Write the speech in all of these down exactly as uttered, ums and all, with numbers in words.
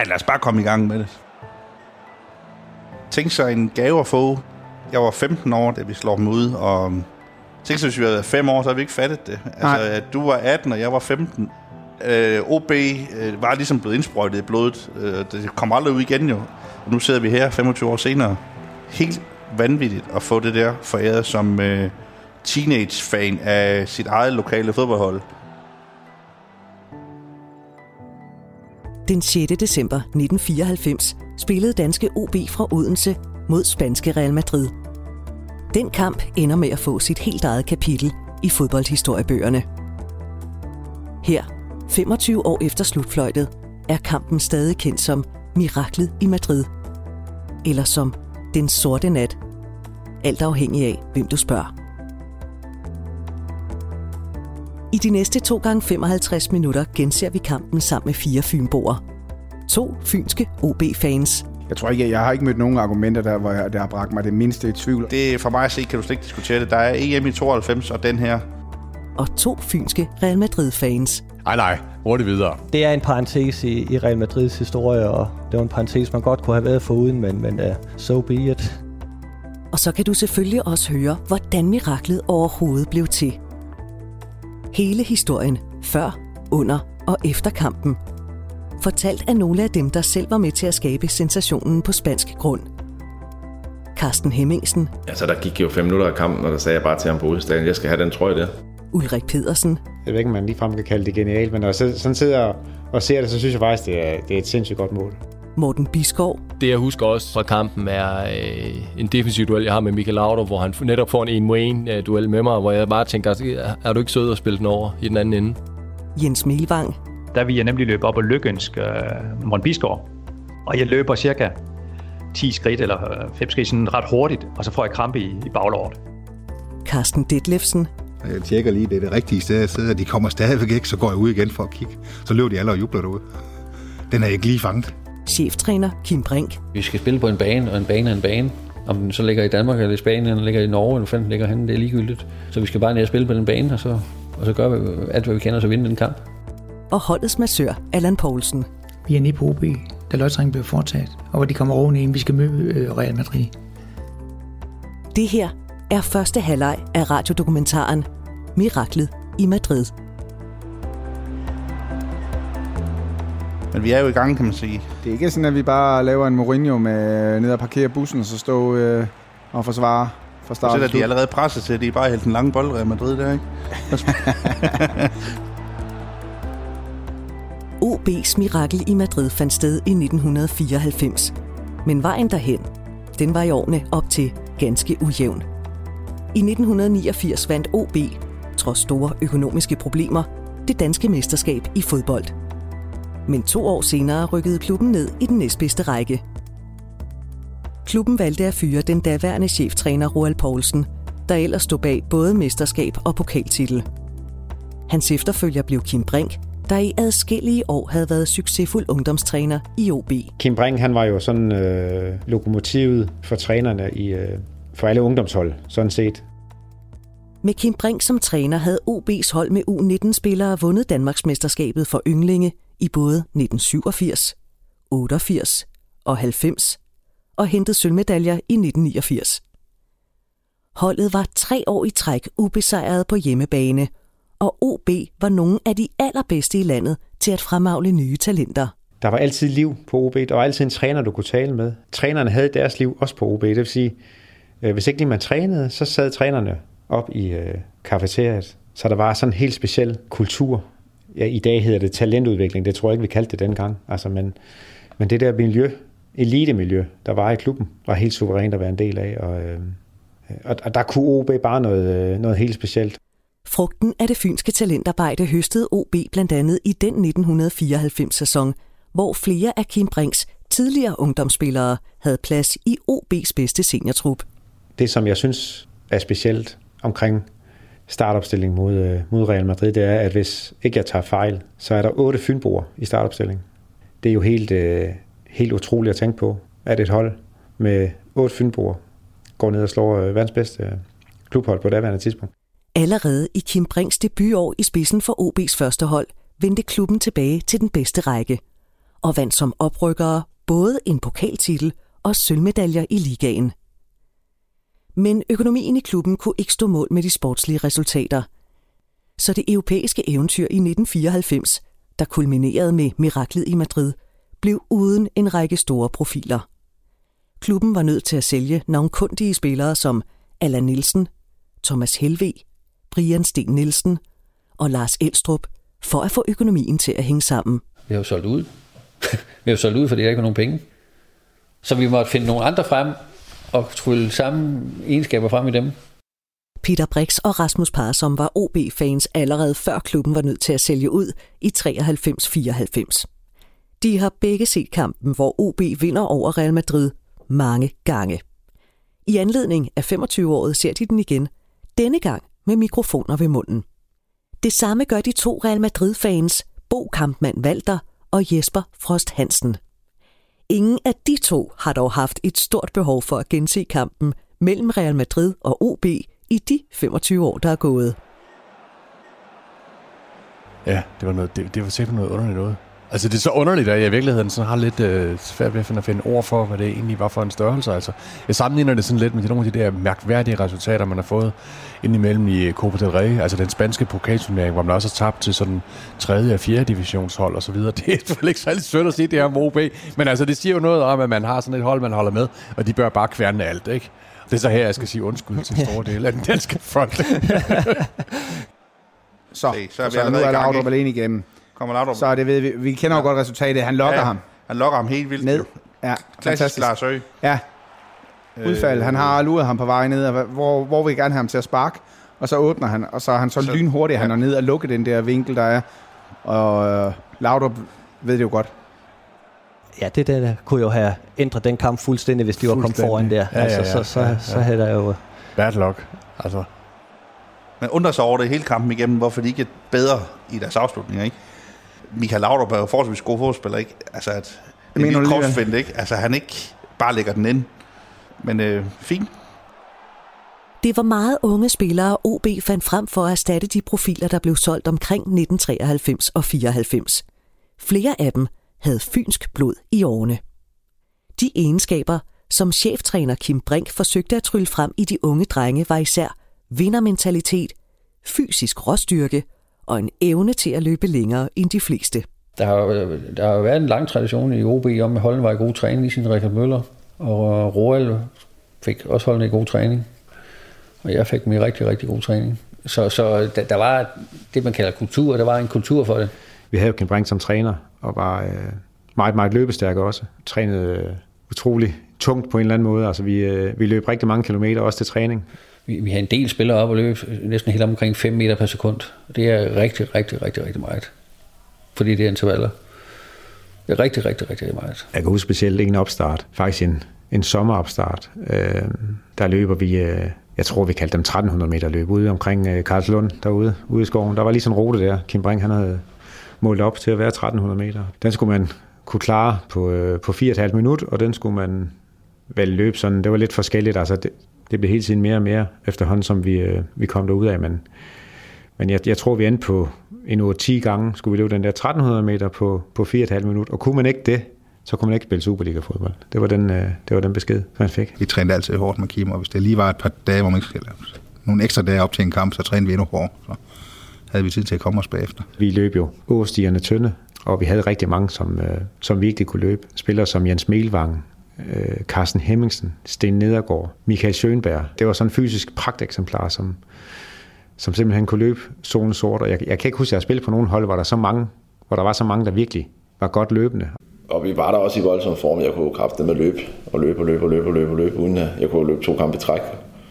Ja, lad os bare komme i gang med det. Tænk sig en gave at få. Jeg var femten år, da vi slår dem ud, og tænk sig, hvis vi havde været fem år, så havde vi ikke fattet det. Altså, du var atten, og jeg var femten. Øh, O B øh, var ligesom blevet indsprøjtet i blodet. Øh, det kom aldrig ud igen jo. Og nu sidder vi her femogtyve år senere. Helt vanvittigt at få det der foræret som øh, teenage-fan af sit eget lokale fodboldhold. Den sjette december nitten fireoghalvfems spillede danske O B fra Odense mod spanske Real Madrid. Den kamp ender med at få sit helt eget kapitel i fodboldhistoriebøgerne. Her, femogtyve år efter slutfløjtet, er kampen stadig kendt som Miraklet i Madrid. Eller som Den sorte nat. Alt afhængig af, hvem du spørger. I de næste to gange femoghalvtreds minutter genser vi kampen sammen med fire fynboer. To fynske O B-fans. Jeg tror ikke, jeg har ikke mødt nogen argumenter, der, hvor jeg, der har bragt mig det mindste i tvivl. Det er for mig at se, kan du slet ikke diskutere det. Der er E M i tooghalvfems og den her. Og to fynske Real Madrid-fans. Ej nej, hurtigt videre. Det er en parentes i, i Real Madrids historie, og det var en parentes, man godt kunne have været foruden, men, men uh, so be it. Og så kan du selvfølgelig også høre, hvordan miraklet overhovedet blev til. Hele historien før, under og efter kampen. Fortalt af nogle af dem, der selv var med til at skabe sensationen på spansk grund. Carsten Hemmingsen. Altså, der gik jo fem minutter af kampen, og der sagde jeg bare til ham på udstanden, jeg skal have den trøje der. Ulrik Pedersen. Jeg ved ikke, om man ligefrem kan kalde det genialt, men når jeg sådan sidder og ser det, så synes jeg faktisk, det er, det er et sindssygt godt mål. Morten Bisgaard. Det, jeg husker også fra kampen, er øh, en defensiv duel, jeg har med Michael Laudrup, hvor han netop får en en-mod-en-duel med mig, hvor jeg bare tænker, er du ikke sød at spille den over i den anden ende? Jens Milvang. Der vil jeg nemlig løbe op og lykønske uh, Morten Bisgaard. Og jeg løber cirka ti skridt eller fem skridt sådan ret hurtigt, og så får jeg krampe i, i baglåret. Carsten Detlefsen. Jeg tjekker lige, det er det rigtige sted, jeg sidder. De kommer stadigvæk ikke, så går jeg ud igen for at kigge. Så løber de alle og jubler derude. Den er ikke lige fanget. Cheftræner Kim Brink. Vi skal spille på en bane, og en bane er en bane. Om den så ligger i Danmark eller i Spanien, eller ligger i Norge, eller hvor ligger henne, det er ligegyldigt. Så vi skal bare ned og spille på den bane, og så, og så gør vi alt, hvad vi kender, så vinde den kamp. Og holdets massør, Allan Poulsen. Vi er nede på O B, da lodtrækningen blev foretaget, og hvor de kommer oven i, vi skal møde Real Madrid. Det her er første halvleg af radiodokumentaren Miraklet i Madrid. Men vi er jo i gang, kan man sige. Det er ikke sådan, at vi bare laver en Mourinho med ned og parkere bussen, og så stå øh, og forsvare fra start. Så er de allerede presset til, at de er bare helt en lang bold af Madrid der, ikke? O B's mirakel i Madrid fandt sted i nitten fireoghalvfems. Men vejen derhen, den var i årene op til ganske ujævn. I nitten niogfirs vandt O B, trods store økonomiske problemer, det danske mesterskab i fodbold. Men to år senere rykkede klubben ned i den næstbedste række. Klubben valgte at fyre den daværende cheftræner Roald Poulsen, der ellers stod bag både mesterskab og pokaltitel. Hans efterfølger blev Kim Brink, der i adskillige år havde været succesfuld ungdomstræner i O B. Kim Brink, han var jo sådan øh, lokomotivet for trænerne i, øh, for alle ungdomshold, sådan set. Med Kim Brink som træner havde O B's hold med U nitten-spillere vundet Danmarksmesterskabet for ynglinge i både nitten syvogfirs, otteogfirs og halvfems og hentede sølvmedaljer i nitten niogfirs. Holdet var tre år i træk ubesejret på hjemmebane, og O B var nogle af de allerbedste i landet til at fremavle nye talenter. Der var altid liv på O B. Der var altid en træner, du kunne tale med. Trænerne havde deres liv også på O B. Det vil sige, hvis ikke lige man trænede, så sad trænerne op i øh, kafeteriet. Så der var sådan en helt speciel kultur. Ja, i dag hedder det talentudvikling. Det tror jeg ikke, vi kaldte det dengang. Altså, men, men det der miljø, elitemiljø, der var i klubben, var helt suverænt at være en del af. Og, øh, og, og der kunne O B bare noget, noget helt specielt. Frugten af det fynske talentarbejde høstede O B blandt andet i den nitten fireoghalvfems-sæson, hvor flere af Kim Brinks tidligere ungdomsspillere havde plads i O B's bedste seniortrup. Det, som jeg synes er specielt omkring startopstilling mod, mod Real Madrid, det er, at hvis ikke jeg tager fejl, så er der otte fynboer i startopstillingen. Det er jo helt, helt utroligt at tænke på, at et hold med otte fynboer går ned og slår verdens bedste klubhold på daværende tidspunkt. Allerede i Kim Brinks debutår i spidsen for O B's første hold vendte klubben tilbage til den bedste række. og vandt som oprykkere både en pokaltitel og sølvmedaljer i ligaen. Men økonomien i klubben kunne ikke stå mål med de sportslige resultater. Så det europæiske eventyr i nitten fireoghalvfems, der kulminerede med miraklet i Madrid, blev uden en række store profiler. Klubben var nødt til at sælge navnkundige spillere som Allan Nielsen, Thomas Helveg, Brian Steen Nielsen og Lars Elstrup for at få økonomien til at hænge sammen. Vi har jo solgt ud. Vi har jo solgt ud, fordi der ikke var nogen penge. Så vi måtte finde nogle andre frem og trylle samme egenskaber frem i dem. Peter Brix og Rasmus Parsom var O B-fans allerede før klubben var nødt til at sælge ud i treoghalvfems fireoghalvfems. De har begge set kampen, hvor O B vinder over Real Madrid mange gange. I anledning af femogtyve-året ser de den igen, denne gang med mikrofoner ved munden. Det samme gør de to Real Madrid-fans, Bo Kampmann Walter og Jesper Frost Hansen. Ingen af de to har dog haft et stort behov for at gense kampen mellem Real Madrid og O B i de femogtyve år, der er gået. Ja, det var, noget, det, det var simpelthen noget underligt noget. Altså det er så underligt, at jeg i virkeligheden sådan har lidt øh, svært ved at finde ord for, hvad det egentlig var for en størrelse. Altså, jeg sammenligner det sådan lidt med nogle af de der mærkværdige resultater, man har fået indimellem i Copa del Rey, altså den spanske pokalturnering, hvor man også har tabt til sådan tredje og fjerde divisionshold og så videre. Det er selvfølgelig ikke særlig sødt at sige det her om O B, men altså det siger jo noget om, at man har sådan et hold, man holder med, og de bør bare kværne alt, ikke? Det er så her, jeg skal sige undskyld til store dele af den danske front. så, så, så, så nu er Laudrup alene igennem. Så er det ved, vi, vi kender jo ja. godt resultatet. Han lokker ja, ham. Han lokker ham helt vildt. Ned. Ja, klassisk Lars Ø. Ja. Udfald. Han har luret ham på vej ned, hvor, hvor vi gerne have ham til at sparke. Og så åbner han, og så er han så, så lynhurtigt, ja. han er ned og lukker den der vinkel, der er. Og uh, Laudrup ved det jo godt. Ja, det der, der kunne jo have ændret den kamp fuldstændig, hvis de var kommet foran der. Ja, altså, ja, ja, så, så, ja, ja. så havde der jo... Bad luck, altså. Man undrer sig over det hele kampen igennem, hvorfor de ikke er bedre i deres afslutninger, ikke? Michael Laudrup er jo forholdsvis god fodspiller, ikke? Altså, at det er en kropsfind, ikke? Altså, han ikke bare lægger den ind. Men øh, fint. Det var meget unge spillere, O B fandt frem for at erstatte de profiler, der blev solgt omkring nitten treoghalvfems og fireoghalvfems. Flere af dem havde fynsk blod i årene. De egenskaber, som cheftræner Kim Brink forsøgte at trylle frem i de unge drenge, var især vindermentalitet, fysisk råstyrke og en evne til at løbe længere end de fleste. Der har, der har været en lang tradition i O B om, at holdene var i god træning, ligesom Richard Møller, og Roald fik også holdene i god træning, og jeg fik dem i rigtig, rigtig god træning. Så, så der, der var det, man kalder kultur, der var en kultur for det. Vi havde jo Kim Brink som træner, og var øh, meget, meget løbestærk også. Trænede øh, utrolig tungt på en eller anden måde. Altså, vi, øh, vi løb rigtig mange kilometer også til træning. Vi, vi har en del spillere op og løb næsten helt omkring fem meter per sekund. Det er rigtig, rigtig, rigtig, rigtig meget. Fordi det er intervaller. Det er rigtig, rigtig, rigtig meget. Jeg kan huske specielt en opstart. Faktisk en, en sommeropstart. Øh, der løber vi, øh, jeg tror vi kaldte dem tretten hundrede meter løb ude omkring øh, Karlslund derude ude i skoven. Der var lige sådan en rute der. Kim Brink, han havde målt op til at være tretten hundrede meter. Den skulle man kunne klare på, øh, på fire komma fem minut, og den skulle man vel løbe sådan. Det var lidt forskelligt. Altså det, det blev hele tiden mere og mere efterhånden, som vi, øh, vi kom derud af. Men, men jeg, jeg tror, vi endte på en uge ti gange, skulle vi løbe den der tretten hundrede meter på, på fire komma fem minut. Og kunne man ikke det, så kunne man ikke spille Superliga-fodbold. Det var den, øh, det var den besked, man fik. Vi trænede altid hårdt med Kim, og hvis det lige var et par dage, hvor man ikke skal lave nogle ekstra dage op til en kamp, så trænede vi endnu hårdt. Så havde vi tid til at komme os bagefter. Vi løb jo åstierne tynde, og vi havde rigtig mange, som, øh, som virkelig kunne løbe. Spillere som Jens Melvang, øh, Carsten Hemmingsen, Sten Nedergaard, Michael Schönberg. Det var sådan en fysisk pragteksemplar, som, som simpelthen kunne løbe solen sort. Og jeg, jeg kan ikke huske, at jeg spillede på nogen hold, hvor der, så mange, hvor der var så mange, der virkelig var godt løbende. Og vi var der også i voldsom form. Jeg kunne kræfte med løb og løbe og løbe og løbe og løbe og løbe, uden at jeg kunne løbe to kampe i træk.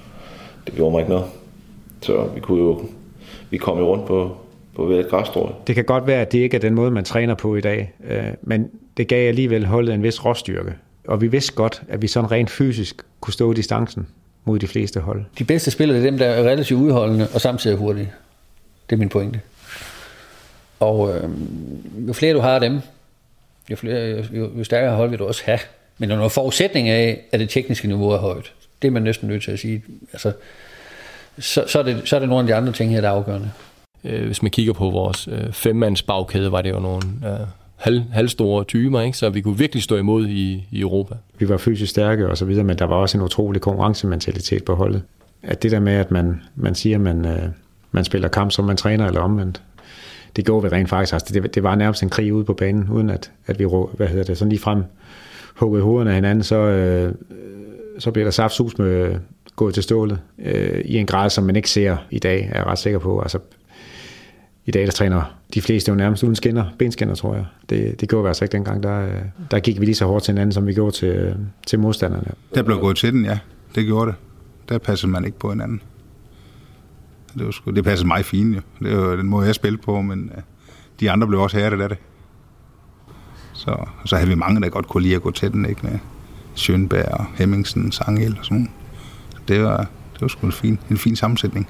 Det gjorde mig ikke noget. Så vi kunne jo vi kom jo rundt på, på ved et græsstrå. Det kan godt være, at det ikke er den måde, man træner på i dag, men det gav alligevel holdet en vis råstyrke. Og vi vidste godt, at vi sådan rent fysisk kunne stå distancen mod de fleste hold. De bedste spillere er dem, der er relativt udholdende og samtidig hurtige. Det er min pointe. Og øh, jo flere du har af dem, jo, flere, jo, jo stærkere hold vil du også have. Men når forudsætning af, at det tekniske niveau er højt, det er man næsten nødt til at sige. Altså, så, så, er det, så er det nogle af de andre ting her, der er afgørende. Hvis man kigger på vores øh, femmands bagkæde, var det jo nogle øh, halv, halvstore typer, ikke? Så vi kunne virkelig stå imod i, i Europa. Vi var fysisk stærke og så videre, men der var også en utrolig konkurrencementalitet på holdet. At det der med, at man, man siger, at man, øh, man spiller kamp, som man træner eller omvendt, det går vi rent faktisk. Altså, det, det var nærmest en krig ude på banen, uden at, at vi hvad hedder det, sådan lige frem huggede hovederne af hinanden, så, øh, så bliver der saftsus med gået til stålet øh, i en grad, som man ikke ser i dag, er jeg ret sikker på. Altså, i dag, der træner de fleste jo nærmest uden skinner, benskinner, tror jeg. Det, det gjorde vi altså ikke dengang. Der, der gik vi lige så hårdt til hinanden, som vi gjorde til, til modstanderne. Der blev gået til den, ja. Det gjorde det. Der passede man ikke på hinanden. Det, var sgu, det passede mig fint, jo. Det var den måde, jeg spillede på, men uh, de andre blev også hærdet af det. Så, så havde vi mange, der godt kunne lide at gå til den, ikke? Med Schönberg og Hemmingsen, Sangel og sådan noget. Det var, det var sgu en fin, en fin sammensætning.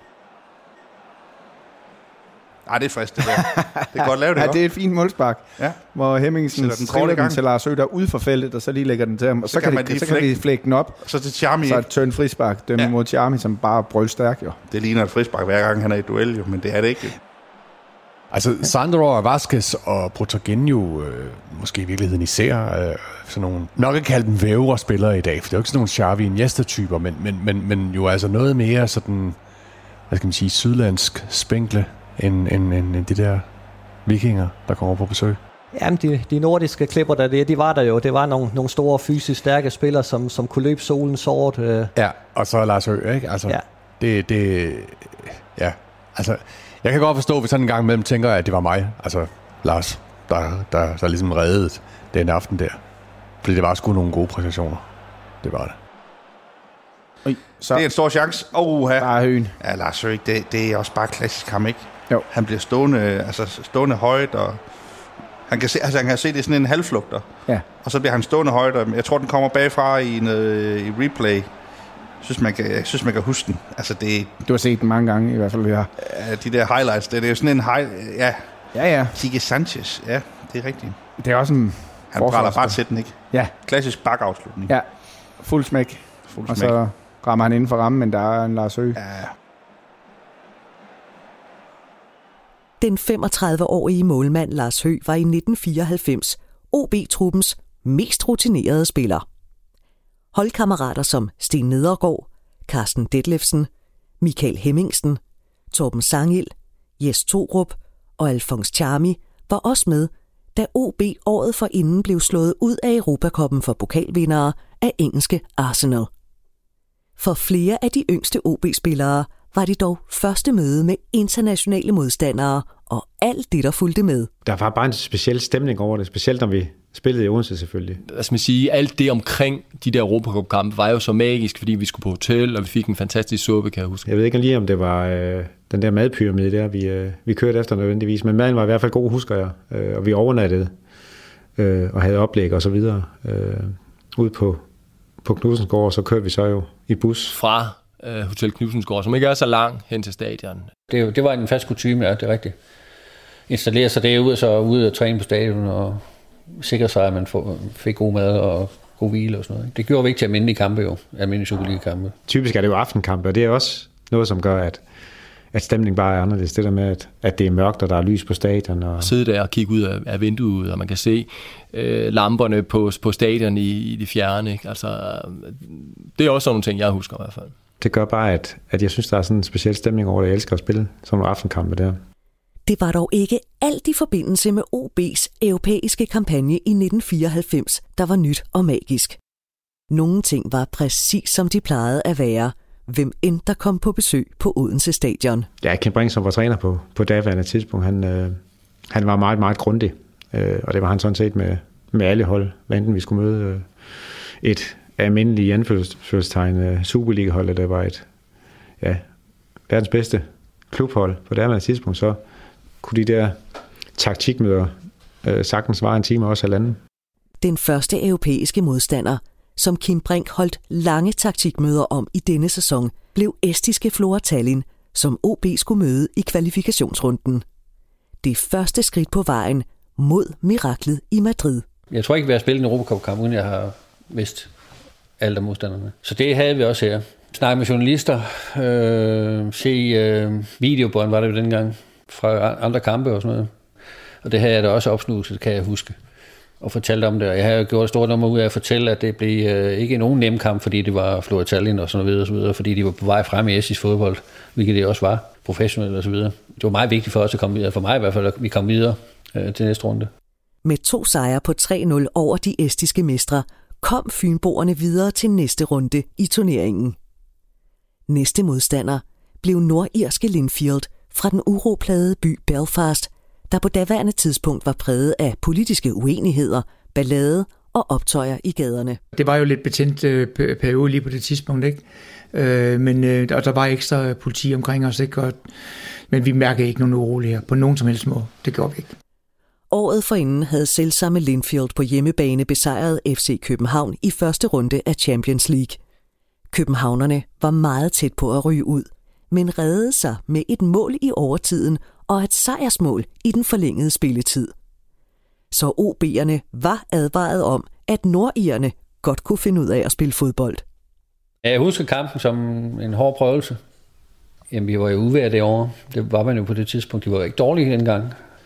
Ej, det er frisk, det der. Det er godt lavet, det. Ja, det er et fint målspark, ja. Hvor Hemmingsen den triller den til Lars Øder ud for feltet, og så lige lægger den til ham, og så, så, kan, kan, de, så kan de flække den op. Så til Charmy. Så et tøn frispark, dømme ja. mod Charmy, som bare brølstærk, jo. Det ligner et frispark hver gang, han er i duel, jo, men det er det ikke. Altså, Sandro, Vazquez og Protogenio, øh, måske i virkeligheden især, øh, sådan nogle, nok ikke kalde dem vævre spillere i dag, for det er jo ikke sådan nogle Xavi Iniesta-typer, men, men, men, men jo altså noget mere sådan, hvad skal man sige, sydlandsk spænkle, end, end, end, end de der vikinger, der kommer på besøg. Jamen, de, de nordiske klipper, der det, de var der jo. Det var nogle, nogle store, fysisk stærke spillere, som, som kunne løbe solen sort. Øh. Ja, og så Lars Ø, ikke? Altså, ja. Det, det, ja, altså, jeg kan godt forstå, hvis han en gang imellem tænker, at det var mig, altså Lars, der, der, der ligesom reddede den aften der. Fordi det var sgu nogle gode præstationer. Det var det. Ui, så. Det er en stor chance. Åh, her. Bare høen. Ja, Lars Høgh, det, det er også bare klassisk ham, ikke? Jo. Han bliver stående, altså stående højt, og han kan se, altså han kan se, det er sådan en halvflugter. Ja. Og så bliver han stående højt, og jeg tror, den kommer bagfra i, en, i replay. Jeg synes, man kan, jeg synes, man kan huske den. Altså, det, du har set den mange gange, i hvert fald, ja. De der highlights, det, det er jo sådan en high, ja. Ja, ja. Quique Sanchez, ja, det er rigtigt. Det er også en han brænder bare til den, ikke? Ja. Klassisk bakafslutning. Ja, fuld smæk. Fuld og smæk. så rammer han inden for rammen, men der er en Lars Høgh. Ja. Den femogtredive-årige målmand Lars Høgh var i nitten fireoghalvfems O B-truppens mest rutinerede spiller. Holdkammerater som Sten Nedergaard, Carsten Detlefsen, Michael Hemmingsen, Torben Sangil, Jes Torup og Alfons Charmy var også med, da O B året forinden blev slået ud af Europacuppen for pokalvindere af engelske Arsenal. For flere af de yngste O B-spillere var det dog første møde med internationale modstandere og alt det, der fulgte med. Der var bare en speciel stemning over det, specielt når vi spillede i Odense selvfølgelig. Hvad skal man sige, alt det omkring de der Europacup-kampe var jo så magisk, fordi vi skulle på hotel, og vi fik en fantastisk suppe, kan jeg huske. Jeg ved ikke lige, om det var øh, den der madpyramide der, vi, øh, vi kørte efter nødvendigvis, men maden var i hvert fald god, husker jeg, øh, og vi overnattede øh, og havde oplæg og så videre øh, ud på, på Knudsensgård, og så kørte vi så jo i bus. Fra øh, Hotel Knudsensgård, som ikke er så lang hen til stadion. Det, det var en fast kutyme, ja, det er rigtigt. Installere sig derude, så ude og træne på stadion og sikre sig, at man får, fik god mad og god hvile og sådan noget. Det gjorde vi ikke til almindelige kampe jo, almindelige Superliga-kampe. Typisk er det jo aftenkampe, og det er også noget, som gør, at, at stemningen bare er anderledes. Det der med, at, at det er mørkt, og der er lys på stadion. Og sidde der og kigge ud af, af vinduet, og man kan se øh, lamperne på, på stadion i, i det fjerne. Ikke? Altså, det er også sådan nogle ting, jeg husker i hvert fald. Det gør bare, at, at jeg synes, der er sådan en speciel stemning over det. Jeg elsker at spille sådan nogle aftenkampe der. Det var dog ikke alt i forbindelse med O B's europæiske kampagne i nitten fireoghalvfems, der var nyt og magisk. Nogle ting var præcis som de plejede at være, hvem end der kom på besøg på Odense Stadion. Ja, Kim Brink, som var træner på, på daværende tidspunkt, han, øh, han var meget, meget grundig. Øh, og det var han sådan set med, med alle hold, hvad enten vi skulle møde øh, et almindeligt anførselstegn øh, Superliga-hold, der var et ja, verdens bedste klubhold på daværende tidspunkt, så kunne de der taktikmøder øh, sagtens var en time også halvanden. Den første europæiske modstander, som Kim Brink holdt lange taktikmøder om i denne sæson, blev estiske Flora Tallinn, som O B skulle møde i kvalifikationsrunden. Det første skridt på vejen mod miraklet i Madrid. Jeg tror ikke, vi har spillet en Europacup-kamp, uden jeg har vidst alt af modstanderne. Så det havde vi også her. Snakke med journalister, øh, se øh, videobånd var det jo dengang, fra andre kampe og sådan noget. Og det her er da også opsnuset, kan jeg huske. Og fortalte om det. Og jeg har jo gjort et stort nummer ud af at fortælle, at det blev øh, ikke nogen nem kamp, fordi det var Flora Tallinn og sådan noget, og så videre, fordi de var på vej frem i estisk fodbold, hvilket det også var, professionelt og så videre. Det var meget vigtigt for os at komme videre, for mig i hvert fald, at vi kom videre øh, til næste runde. Med to sejre på tre nul over de estiske mestre, kom fynboerne videre til næste runde i turneringen. Næste modstander blev nordirske Linfield fra den uroplagede by Belfast, der på daværende tidspunkt var præget af politiske uenigheder, ballade og optøjer i gaderne. Det var jo lidt betændt øh, periode lige på det tidspunkt, ikke? Øh, men øh, og der var ekstra politi omkring os, ikke? Og, men vi mærkede ikke nogen uroligheder på nogen som helst måde. Det gjorde vi ikke. Året forinden havde selvsamme Linfield på hjemmebane besejret F C København i første runde af Champions League. Københavnerne var meget tæt på at ryge ud, men reddede sig med et mål i overtiden og et sejrsmål i den forlængede spilletid. Så O B'erne var advaret om, at nordirerne godt kunne finde ud af at spille fodbold. Jeg husker kampen som en hård prøvelse. Jamen, vi var jo uvejr det år. Det var man jo på det tidspunkt. De var jo ikke dårlige dengang.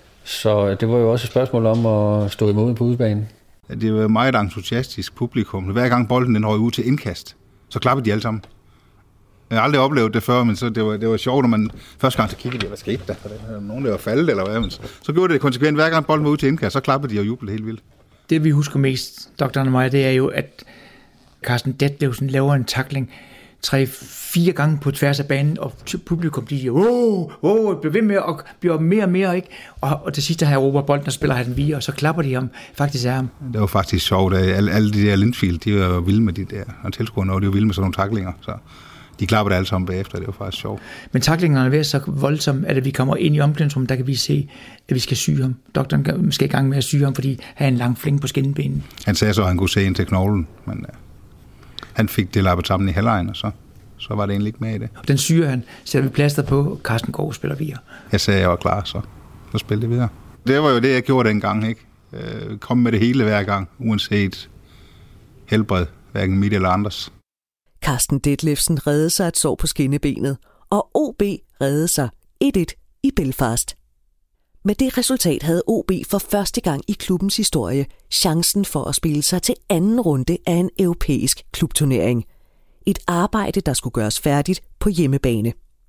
Så det var jo også et spørgsmål om at stå imod på udbanen. Ja, det var meget entusiastisk publikum. Hver gang bolden den røg ud til indkast, så klappede de alle sammen. Jeg har aldrig oplevet det før, men så det var, det var sjovt, når man første gang så kiggede de, hvad skete der? Der nogen, der var faldet, eller hvad? Men så, så gjorde det konsekvent. Hver gang bolden var ud til indkast, så klappede de og jublede helt vildt. Det vi husker mest, doktoren og mig, det er jo, at Carsten Detlevsen laver en tackling tre, fire gange på tværs af banen, og publikum, de siger, wow, wow, bliver ved med og bliver mere og mere, ikke? Og, og til sidst har jeg råber bolden og spiller han via, og så klapper de ham faktisk af ham. Det var faktisk sjovt, at alle, alle de der Linfield, de var vilde med de der, og tilskuerne, og de var vilde med sådan nogle tacklinger, så de klappede alle sammen bagefter, det var faktisk sjovt. Men tacklingerne er ved så voldsomme, at vi kommer ind i omklædningsrummet, der kan vi se, at vi skal syge ham. Doktoren skal i gang med at syge ham, fordi han har en lang fling på skinnebenen. Han sagde så, at han kunne se ind til knoglen, men uh, han fik det lappet sammen i halvlejen, og så, så var det egentlig ikke med i det. Den syger han, sætter vi plaster på, og Carsten går og spiller videre. Jeg sagde, at jeg var klar, så, så spillede det videre. Det var jo det, jeg gjorde dengang, ikke? Uh, kom med det hele hver gang, uanset helbred, hverken mit eller andres. Carsten Detlevsen reddede sig et sår på skinnebenet, og O B reddede sig et et i Belfast. Med det resultat havde O B for første gang i klubbens historie chancen for at spille sig til anden runde af en europæisk klubturnering. Et arbejde, der skulle gøres færdigt på hjemmebane.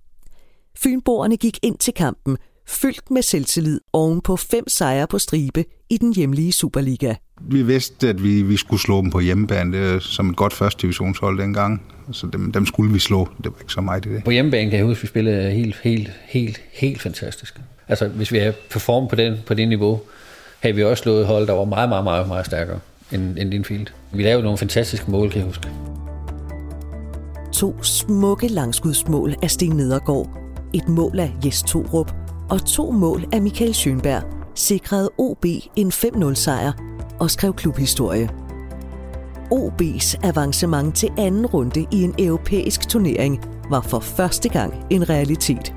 Fynboerne gik ind til kampen, fyldt med selvtillid oven på fem sejre på stribe i den hjemlige Superliga. Vi vidste, at vi, vi skulle slå dem på hjemmebane, det som et godt første divisionshold dengang. Så dem, dem skulle vi slå, det var ikke så meget i det. På hjemmebane kan jeg huske, at vi spillede helt, helt, helt, helt fantastisk. Altså, hvis vi havde performet på, den, på det niveau, havde vi også slået hold, der var meget, meget, meget, meget stærkere end, end Linfield. Vi lavede nogle fantastiske mål, kan jeg huske. To smukke langskudsmål af Sten Nedergaard, et mål af Jes Torup og to mål af Michael Schönberg sikrede O B en fem nul sejr og skrev klubhistorie. O B's avancement til anden runde i en europæisk turnering var for første gang en realitet.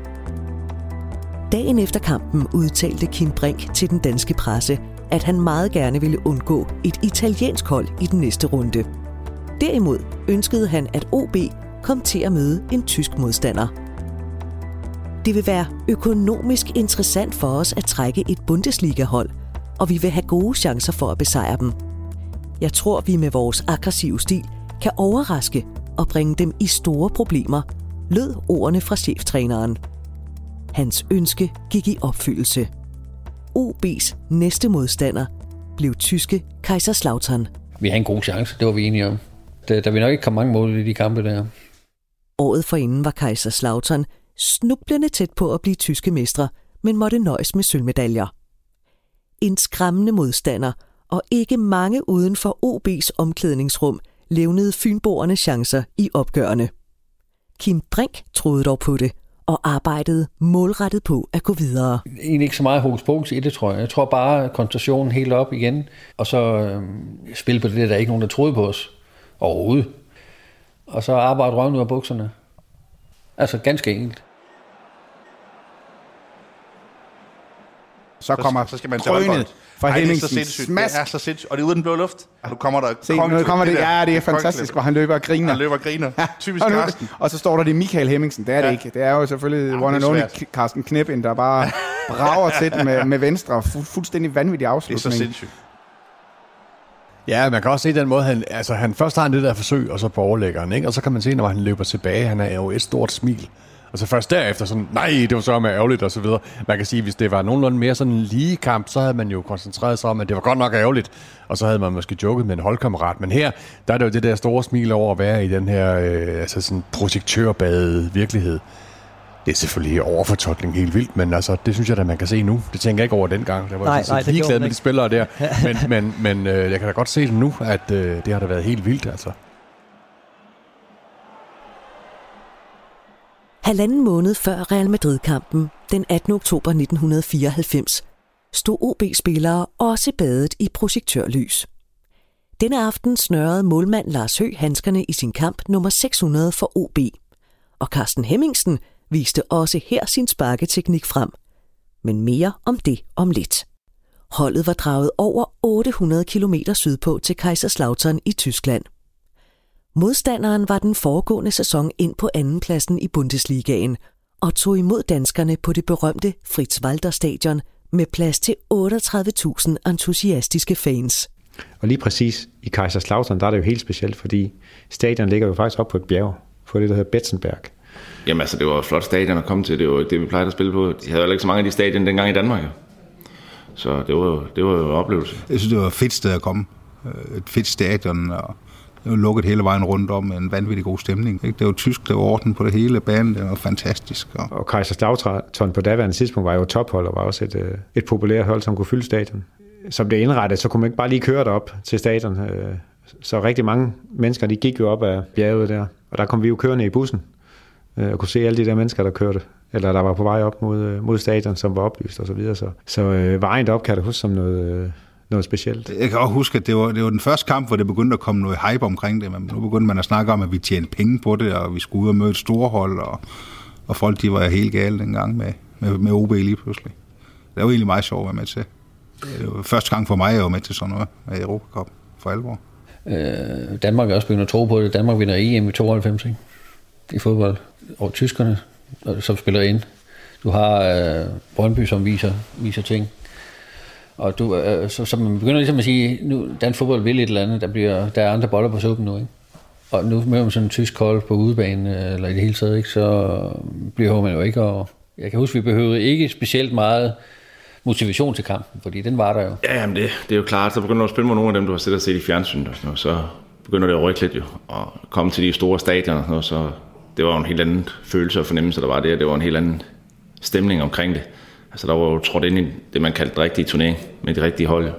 Dagen efter kampen udtalte Kim Brink til den danske presse, at han meget gerne ville undgå et italiensk hold i den næste runde. Derimod ønskede han, at O B kom til at møde en tysk modstander. Det vil være økonomisk interessant for os at trække et Bundesliga-hold, og vi vil have gode chancer for at besejre dem. Jeg tror, vi med vores aggressive stil kan overraske og bringe dem i store problemer, lød ordene fra cheftræneren. Hans ønske gik i opfyldelse. O B's næste modstander blev tyske Kaiserslautern. Vi havde en god chance, det var vi enige om. Der vil nok ikke komme mange mål i de kampe der. Året forinden var Kaiserslautern snublende tæt på at blive tyske mestre, men måtte nøjes med sølvmedaljer. En skræmmende modstander, og ikke mange uden for O B's omklædningsrum levnede fynboernes chancer i opgørene. Kim Brink troede dog på det, og arbejdede målrettet på at gå videre. Egentlig ikke så meget hokus pokus i det, tror jeg. Jeg tror bare koncentrationen helt op igen, og så øh, spille på det, der er ikke nogen, der troede på os overhovedet. Og så arbejde røven ud af bukserne. Altså ganske enkelt. Så kommer så skal man krønet fra Hemmingsen. Det er så sindssygt. Og det er uden blå luft. Nu kommer der... Se, nu kommer det, ja, det er fantastisk, hvor han løber og griner. Han løber og griner. Ja, typisk og, nu, Carsten. Og så står der det Michael Hemmingsen. Det er ja. det ikke. Det er jo selvfølgelig ja, one and only Carsten Kneppen, der bare brager til den med, med venstre. Fu- fuldstændig vanvittig afslutning. Det er så sindssygt. Ja, man kan også se den måde, han, altså, han først har han det der forsøg, og så på overlæggeren, ikke? Og så kan man se, når han løber tilbage, han er jo et stort smil. Og så først derefter sådan, nej, det var så med ærgerligt, og så videre. Man kan sige, hvis det var nogenlunde mere sådan en lige kamp, så havde man jo koncentreret sig om, at det var godt nok ærgerligt, og så havde man måske joket med en holdkammerat. Men her, der er det jo det der store smil over at være i den her øh, altså sådan projektørbadede virkelighed. Det er selvfølgelig overfortolkning helt vildt, men altså, det synes jeg da, man kan se nu. Det tænker jeg ikke over dengang. Der var nej, nej, ligeglad med de spillere der. Men, men, men øh, jeg kan da godt se det nu, at øh, det har da været helt vildt, altså. Halvanden måned før Real Madrid-kampen, den attende oktober nitten fireoghalvfems, stod O B-spillere også badet i projektørlys. Denne aften snørrede målmand Lars Høgh handskerne i sin kamp nummer seks hundrede for O B. Og Carsten Hemmingsen viste også her sin sparketeknik frem. Men mere om det om lidt. Holdet var draget over otte hundrede kilometer sydpå til Kaiserslautern i Tyskland. Modstanderen var den foregående sæson ind på andenpladsen i Bundesligaen og tog imod danskerne på det berømte Fritz-Walter-stadion med plads til otteogtredive tusind entusiastiske fans. Og lige præcis i Kaiserslautern, der er det jo helt specielt, fordi stadion ligger jo faktisk op på et bjerg, på det, der hedder Betzenberg. Jamen altså, det var et flot stadion at komme til. Det var ikke det, vi plejede at spille på. De havde jo ikke så mange af de stadion dengang i Danmark. Så det var, det var jo en oplevelse. Jeg synes, det var et fedt sted at komme. Et fedt stadion, og det var lukket hele vejen rundt om med en vanvittig god stemning. Det var tysk, det var orden på det hele. Banen, det var fantastisk. Og, og Kaiserslautern på daværende tidspunkt var jo tophold, og var også et, et populært hold, som kunne fylde stadion. Som det indrettet, så kunne man ikke bare lige køre derop til stadion. Så rigtig mange mennesker, de gik jo op ad bjerget der. Og der kom vi jo kørende i bussen og kunne se alle de der mennesker, der kørte, eller der var på vej op mod, mod stadion, som var oplyst og så videre. Så, så øh, vejen derop kan jeg da huske som noget, øh, noget specielt. Jeg kan også huske, at det var, det var den første kamp, hvor det begyndte at komme noget hype omkring det. Men nu begyndte man at snakke om, at vi tjente penge på det, og vi skulle ud og møde et storhold, og, og folk de var helt gale dengang med, med, med O B lige pludselig. Det var egentlig meget sjovt at være med til. Det var første gang for mig, jeg var med til sådan noget med Europa Cup for alvor. Øh, Danmark er også begyndt at tro på det. Danmark vinder E M i tooghalvfems, ikke? I fodbold. Og tyskerne, som spiller ind. Du har øh, Brøndby, som viser, viser ting. Og du, øh, så, så man begynder ligesom at sige, nu dansk fodbold vil et eller andet, der, bliver, der er andre boller på suppen nu, ikke? Og nu med man sådan en tysk hold på udebane, eller i det hele taget, ikke, så bliver man jo ikke. Og jeg kan huske, vi behøvede ikke specielt meget motivation til kampen, fordi den var der jo. Ja, jamen det, det er jo klart. Så begynder du at spille med nogle af dem, du har siddet og set i fjernsynet og sådan noget, så begynder det at rykke lidt jo. Og komme til de store stadioner og sådan noget, så det var en helt anden følelse og fornemmelse, der var der. Det var en helt anden stemning omkring det. Altså der var jo trådt ind i det, man kaldte den rigtige turnering, med de rigtige hold.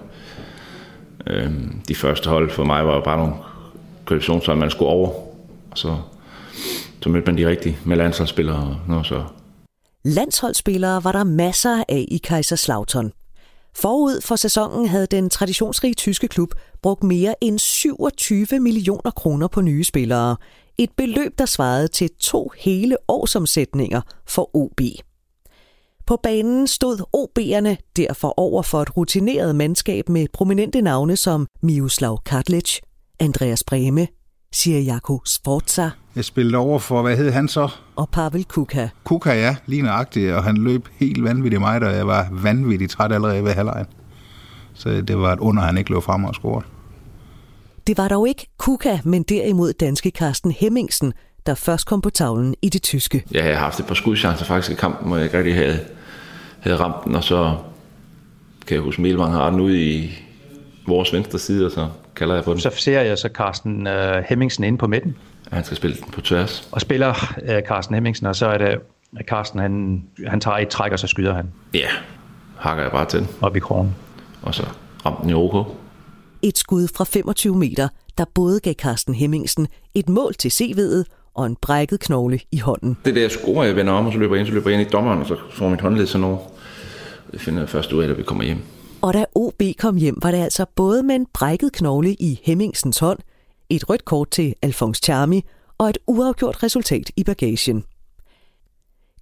Øhm, de første hold for mig var jo bare nogle kvalifikationshold, man skulle over. Og så, så mødte man de rigtige med landsholdsspillere og noget så. Landsholdsspillere var der masser af i Kaiserslautern. Forud for sæsonen havde den traditionsrige tyske klub brugt mere end syvogtyve millioner kroner på nye spillere. Et beløb, der svarede til to hele årsomsætninger for O B. På banen stod O B'erne derfor over for et rutineret mandskab med prominente navne som Miroslav Kadlec, Andreas Brehme, Sirijaco Sforza. Jeg spillede over for, hvad hed han så? Og Pavel Kuka. Kuka, ja, lige nøjagtigt, og han løb helt vanvittigt mig, og jeg var vanvittigt træt allerede ved halvlejen. Så det var et under, han ikke løb frem og scorede. Det var dog ikke Kuka, men derimod danske Carsten Hemmingsen, der først kom på tavlen i det tyske. Ja, jeg har haft et par skudchancer faktisk i kampen, hvor jeg ikke rigtig havde, havde ramt den, og så kan jeg huske, Melvang har den ude i vores venstre side, og så kalder jeg på den. Så ser jeg så Carsten uh, Hemmingsen inde på midten. Ja, han skal spille den på tværs. Og spiller uh, Carsten Hemmingsen, og så er det Carsten, han, han tager et træk, og så skyder han. Ja, hakker jeg bare til den. Op i krogen. Og så ramte den i O K. Et skud fra femogtyve meter, der både gav Carsten Hemmingsen et mål til C V'et og en brækket knogle i hånden. Det der scorer, jeg vender om, og så løber jeg ind, så løber jeg ind i dommeren, og så får mit håndled sådan over. Det finder jeg først ud af, da vi kommer hjem. Og da O B kom hjem, var det altså både med en brækket knogle i Hemmingsens hånd, et rødt kort til Alphonse Charmy og et uafgjort resultat i bagagen.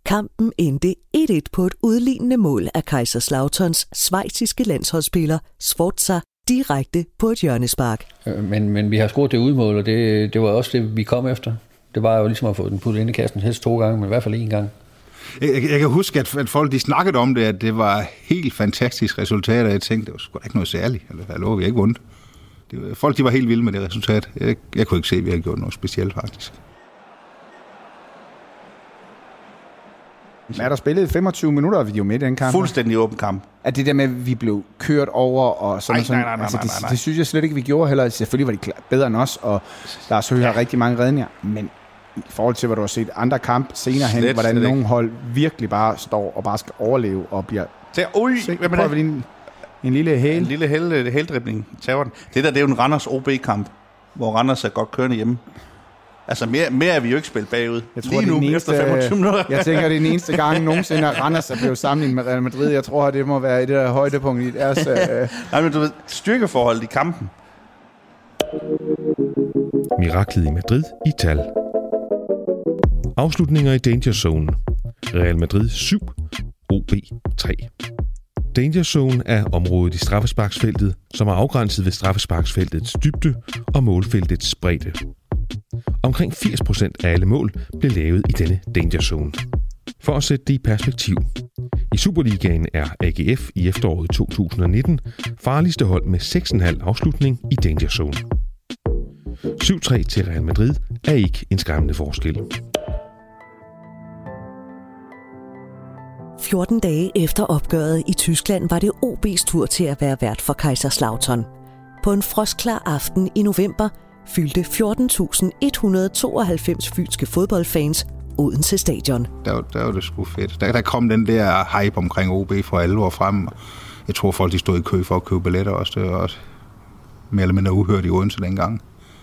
Kampen endte et et på et udlignende mål af Kaiserslauters schweiziske landsholdsspiller Sforza direkte på et hjørnespark. Men, men vi har scoret det udmål, og det, det var også det, vi kom efter. Det var jo ligesom at få den puttet ind i kassen helst to gange, men i hvert fald én gang. Jeg, jeg kan huske, at, at folk de snakkede om det, at det var helt fantastisk resultat, og jeg tænkte, det var sgu da ikke noget særligt. Eller, hallo, vi har ikke vundet. Det var, folk de var helt vilde med det resultat. Jeg, jeg kunne ikke se, at vi havde gjort noget specielt, faktisk. Men er der spillet femogtyve minutter, og vi er jo med i den kamp? Fuldstændig åben kamp. At det der med, at vi blev kørt over, og sådan Ej, og sådan, nej, nej, nej, altså, nej, det, nej, nej. det synes jeg slet ikke, vi gjorde heller. Selvfølgelig var de bedre end os, og Lars Høgh har rigtig mange redninger, men i forhold til, hvad du har set andre kampe senere hen, Slet, hvordan slet nogle ikke. hold virkelig bare står og bare skal overleve og bliver... Så, ui, Se, hvem er prøver det? vi lige en, en lille hæl. En lille hæl, hældribning. Tager den. Det der, det er jo en Randers O B-kamp, hvor Randers er godt kørende hjemme. Altså, mere, mere er vi jo ikke spillet bagud. Jeg tror, lige det er nu, den efter eneste, femogtyve minutter. Jeg tænker, det er den eneste gang nogensinde, at Randers er blevet sammenlignet med Real Madrid. Jeg tror, det må være et der højdepunkt i deres... Øh... Nej, men du ved, styrkeforholdet i kampen. Miraklet i Madrid i tal. Afslutninger i Danger Zone. Real Madrid syv, O B tre. Danger Zone er området i straffesparksfeltet, som er afgrænset ved straffesparksfeltets dybde og målfeltets bredde. Omkring firs procent af alle mål blev lavet i denne Danger Zone. For at sætte det i perspektiv. I Superligaen er A G F i efteråret to tusind og nitten farligste hold med seks komma fem afslutning i Danger Zone. syv tre til Real Madrid er ikke en skræmmende forskel. fjorten dage efter opgøret i Tyskland var det O B's tur til at være vært for Kaiserslautern. På en frostklar aften i november fyldte fjorten tusind et hundrede og tooghalvfems fynske fodboldfans Odense Stadion. Der var, der var det sgu fedt. Der, der kom den der hype omkring O B for alvor frem. Jeg tror, folk de stod i kø for at købe billetter også. Det var også mere eller mindre uhørt i Odense dengang.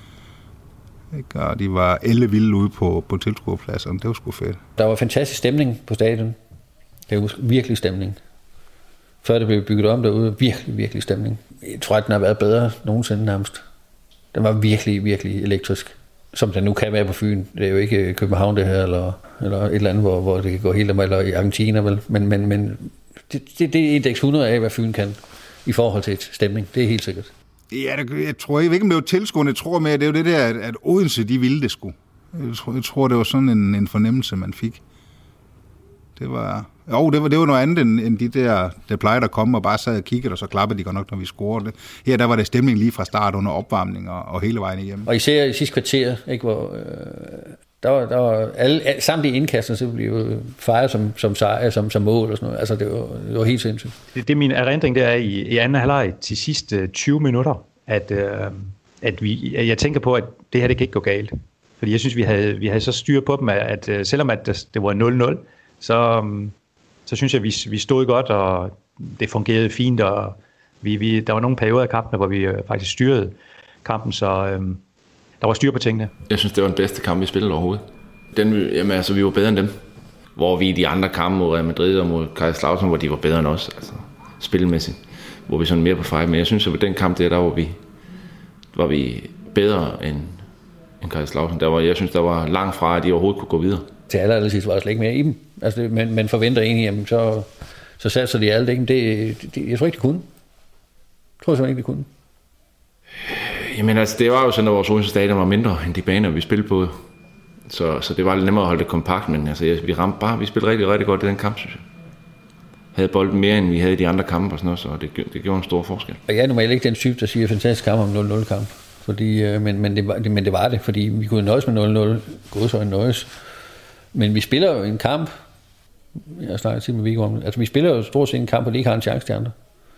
Ikke? Og de var elle vilde ude på, på tilskuerpladserne. Det var sgu fedt. Der var fantastisk stemning på stadion. Det var virkelig stemning. Før det blev bygget om derude, virkelig, virkelig stemning. Jeg tror, at den har været bedre nogensinde nærmest. Den var virkelig, virkelig elektrisk. Som den nu kan være på Fyn. Det er jo ikke København det her, eller, eller et eller andet, hvor, hvor det kan gå helt om, eller i Argentina, vel. Men, men, men det, det, det er indeks hundrede af, hvad Fyn kan i forhold til et stemning. Det er helt sikkert. Ja, det, jeg tror jeg ved ikke, om det var tilskuerne. Jeg tror med, at det er jo det der, at, at Odense, de ville det sgu. Jeg tror, jeg tror det var sådan en, en fornemmelse, man fik. Det var... Jo, det var, det var noget andet end, end de der, der plejer at komme og bare sad og kiggede, og så klappede de godt nok, når vi scorede. Her der var det stemning lige fra start under opvarmning og, og hele vejen igennem. Og især i sidste kvarter, ikke, hvor øh, der var, der var alle, samtlige indkaster, så blev jo fejret som, som sejr, som, som mål og sådan noget. Altså, det var, det var helt sindssygt. Det, det er min erindring, det er i, i anden halvleg til sidste tyve minutter, at, øh, at vi, jeg tænker på, at det her, det kan ikke gå galt. Fordi jeg synes, vi havde, vi havde så styr på dem, at, at selvom at det, det var nul nul, så... så synes jeg, vi, vi stod godt, og det fungerede fint, og vi, vi, der var nogle perioder af kampen, hvor vi øh, faktisk styrede kampen, så øh, der var styr på tingene. Jeg synes, det var den bedste kamp, vi spillede overhovedet. Den, jamen, altså, vi var bedre end dem. Hvor vi i de andre kampe mod Real Madrid og mod Kaiserslautern, hvor de var bedre end os, altså spilmæssigt. Hvor vi sådan mere på fejl, men jeg synes, at på den kamp der, der var vi, var vi bedre end, end Kaiserslautern. Der var, jeg synes, der var langt fra, at de overhovedet kunne gå videre. Til aller, aller sidst var der slet ikke mere i dem. Altså, det, man, man forventer egentlig, jamen, så, så satser de alt. Ikke? Det, det, jeg tror ikke, de kunne. Jeg tror simpelthen ikke, de kunne. Jamen altså, det var jo sådan, at vores Odense Stadion var mindre end de baner, vi spillede på. Så, så det var lidt nemmere at holde det kompakt, men altså, vi ramte bare, vi spillede rigtig, rigtig godt i den kamp, synes jeg. Havde bolden mere, end vi havde i de andre kampe og sådan noget, så det, det gjorde en stor forskel. Og jeg er normalt ikke den type, der siger fantastisk kamp om nul nul kamp. Fordi, men, men, det var, men det var det, fordi vi kunne nøjes med nul nul. Godsøjne nøjes. Men vi spiller jo en kamp, jeg har snakket til med Viggo om det, altså vi spiller jo stort set en kamp, og de ikke har en chance til andre.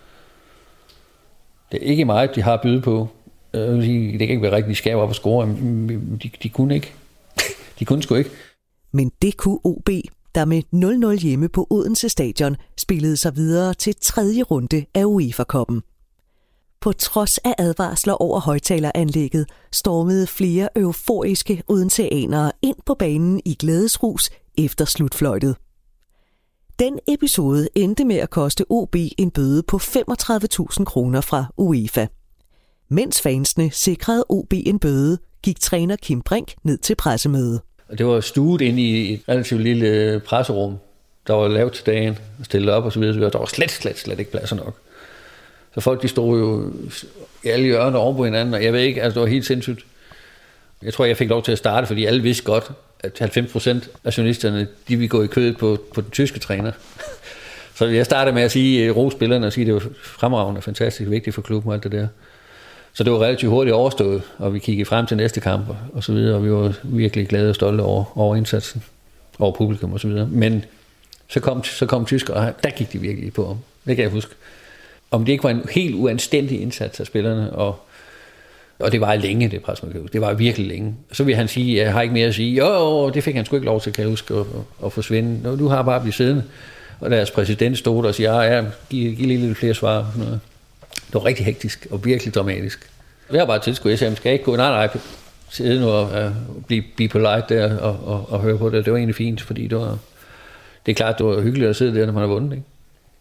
Det er ikke meget, de har at byde på. Det kan ikke være rigtigt, de skal op og score. De, de kunne ikke. De kunne sgu ikke. Men det kunne O B, der med nul nul hjemme på Odense Stadion spillede sig videre til tredje runde af UEFA-koppen. På trods af advarsler over højtaleranlægget, stormede flere euforiske odenseanere ind på banen i glædesrus efter slutfløjtet. Den episode endte med at koste O B en bøde på femogtredive tusind kroner fra UEFA. Mens fansene sikrede O B en bøde, gik træner Kim Brink ned til pressemøde. Og det var stuet ind i et relativt lille presserum, der var lavet til dagen, og stillet op og så videre, og der var slet, slet, slet ikke pladser nok. Så folk, de stod jo i alle hjørner over på hinanden, og jeg ved ikke, altså det var helt sindssygt. Jeg tror, jeg fik lov til at starte, fordi alle vidste godt, at halvfems procent af journalisterne, de ville gå i kødet på, på den tyske træner. Så jeg startede med at sige, ro spillerne og sige, at det var fremragende, fantastisk vigtigt for klubben og alt det der. Så det var relativt hurtigt overstået, og vi kiggede frem til næste kamp og så videre, og vi var virkelig glade og stolte over, over indsatsen, over publikum og så videre. Men så kom, så kom tysker, og der gik de virkelig på om. Det kan jeg huske. Om det ikke var en helt uanstændig indsats af spillerne, og, og det var længe, det pres, man kan huske. Det var virkelig længe. Så vil han sige, jeg har ikke mere at sige. Jo, jo, det fik han sgu ikke lov til, kan jeg huske, at, at forsvinde. Nå, du har bare blivet siddende. Og deres præsident stod der og siger, ja, giv, giv lige lidt flere svar. Det var rigtig hektisk og virkelig dramatisk. Jeg har bare tilskudt, jeg sagde, skal jeg ikke gå? Nej, nej, sidde nu og uh, blive, blive polite der og, og, og høre på det. Det var egentlig fint, fordi det var, det er klart, det var hyggeligt at sidde der, når man har vundet, ikke?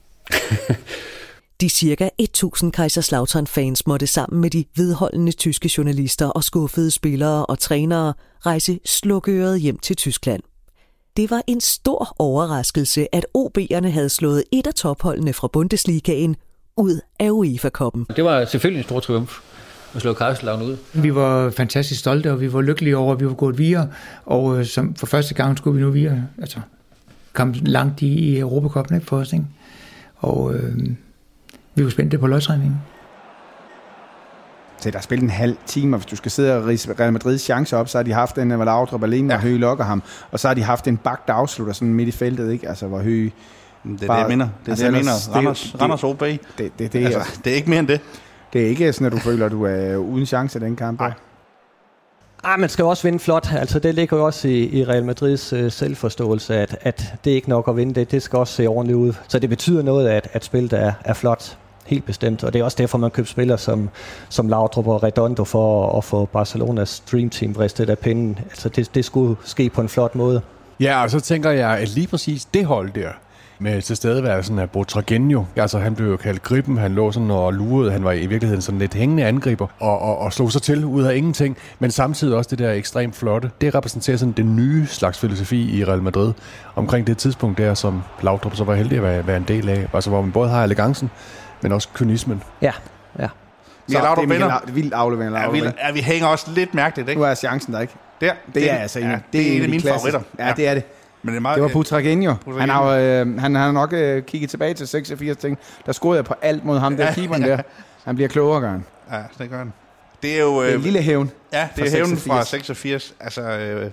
De cirka tusind Kaiserslautern-fans måtte sammen med de vedholdende tyske journalister og skuffede spillere og trænere rejse slukøret hjem til Tyskland. Det var en stor overraskelse, at O B'erne havde slået et af topholdene fra Bundesligaen ud af UEFA-koppen. Det var selvfølgelig en stor triumf at slå Kaiserslautern ud. Vi var fantastisk stolte, og vi var lykkelige over, at vi var gået videre, og som for første gang skulle vi nu videre. Altså, kom langt i, i Europacupen, ikke, for os, ikke? Og øh, vi var spændte på lodtræningen. Så der er spillet en halv time, og hvis du skal sidde og rise Real Madrids chance op, så har de haft en, hvor Laudrup alene, og ja. Høgh lokker ham. Og så har de haft en bak, der afslutter sådan midt i feltet, ikke? Altså, hvor Høgh... Det er bare, det, jeg mener. Det er altså, det, jeg mener. Randers, det, Randers O B. Det, det, det, det, altså, det er ikke mere end det. Det er ikke sådan, at du føler, at du er uden chance i den kamp. Nej. Ah, man skal jo også vinde flot. Altså, det ligger jo også i, i Real Madrids øh, selvforståelse, at, at det er ikke nok at vinde det. Det skal også se ordentligt ud. Så det betyder noget, at, at spillet er, er flot. Helt bestemt. Og det er også derfor, man køber spillere som, som Laudrup og Redondo for at få Barcelonas Dream Team vristet af pinden. Altså, det, det skulle ske på en flot måde. Ja, og så tænker jeg, at lige præcis det hold der, med tilstedeværelsen af Butragueño. Altså, han blev jo kaldt Gribben, han lå sådan og lurede, han var i virkeligheden sådan lidt hængende angriber, og, og, og slog sig til ud af ingenting, men samtidig også det der ekstremt flotte. Det repræsenterer sådan den nye slags filosofi i Real Madrid, omkring det tidspunkt der, som Laudrup så var heldig at være, være en del af, altså hvor man både har elegancen, men også kynismen. Ja, ja. Så det er Michael, vildt aflevering. Ja, vi, ja, vi hænger også lidt mærkeligt, ikke? Nu er chancen der ikke. Der, det, det er altså en, ja, det, det er en af mine klasse. favoritter. Ja, det er det. Men det, er meget, det var Butragueño. Han har, øh, han har nok øh, kigget tilbage til seksogfirs ting. Der scorede jeg på alt mod ham, der ja, keeperen ja. der. Han bliver klogere, gør han. Ja, det gør han. Det er jo... Øh, det er en lille hævn. Ja, det er hævnen fra seksogfirs. Altså... Øh,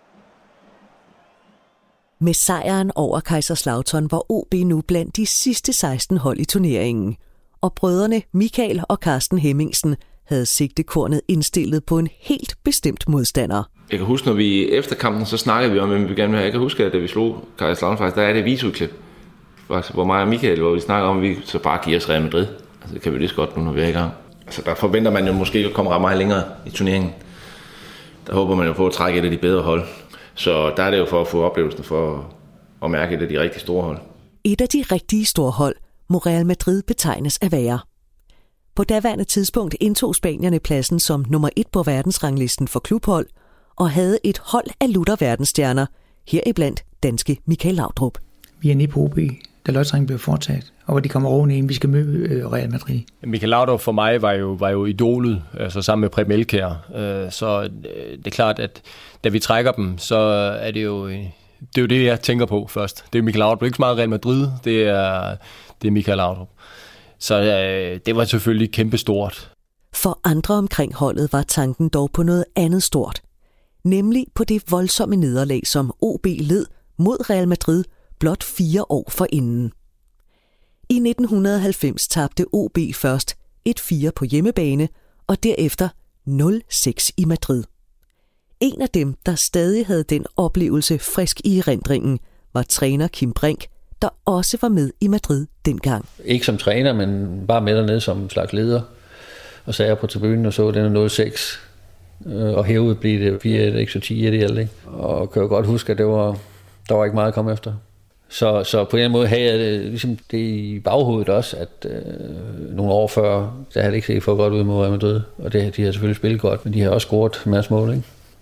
Med sejren over Kaiserslautern var O B nu blandt de sidste seksten hold i turneringen. Og brødrene Michael og Carsten Hemmingsen havde sigtekornet indstillet på en helt bestemt modstander. Jeg kan huske, når vi efter kampen, så snakkede vi om, at vi gerne vil have. Jeg kan huske, at da vi slog Kaiserslautern faktisk, der er det videoklip, hvor mig og Michael, hvor vi snakker om, at vi så bare giver os Real Madrid. Altså det kan vi lige så godt nu, når vi er i gang. Altså der forventer man jo måske at komme ret meget længere i turneringen. Der håber man jo på at trække et af de bedre hold. Så der er det jo for at få oplevelsen for at mærke et af de rigtig store hold. Et af de rigtige store hold må Real Madrid betegnes at være. På daværende tidspunkt indtog spanierne pladsen som nummer et på verdensranglisten for klubhold, og havde et hold af lutter verdensstjerner, heriblandt danske Michael Laudrup. Vi er nede på O B, da lodtræningen blev foretaget, og hvor de kommer oven i, vi skal møde Real Madrid. Michael Laudrup for mig var jo, var jo idolet, altså sammen med Preben Elkjær. Så det er klart, at da vi trækker dem, så er det jo det, er jo det jeg tænker på først. Det er Michael Laudrup, ikke så meget Real Madrid, det er, det er Michael Laudrup. Så øh, det var selvfølgelig kæmpestort. For andre omkring holdet var tanken dog på noget andet stort. Nemlig på det voldsomme nederlag, som O B led mod Real Madrid blot fire år forinden. I nitten halvfems tabte O B først et fire på hjemmebane, og derefter nul seks i Madrid. En af dem, der stadig havde den oplevelse frisk i erindringen, var træner Kim Brink, der også var med i Madrid dengang. Ikke som træner, men bare med dernede som en slags leder. Og så er jeg på tribunen og så den nul seks. Og hævet blev det fire et, ikke så ti et i alt. Ikke? Og kan jo godt huske, at det var, der var ikke meget at komme efter. Så, så på en måde havde jeg det, ligesom det i baghovedet også, at øh, nogle år før, der havde det ikke set for godt ud mod Real Madrid. Og det, de har selvfølgelig spillet godt, men de har også scoret en masse mål. Ikke?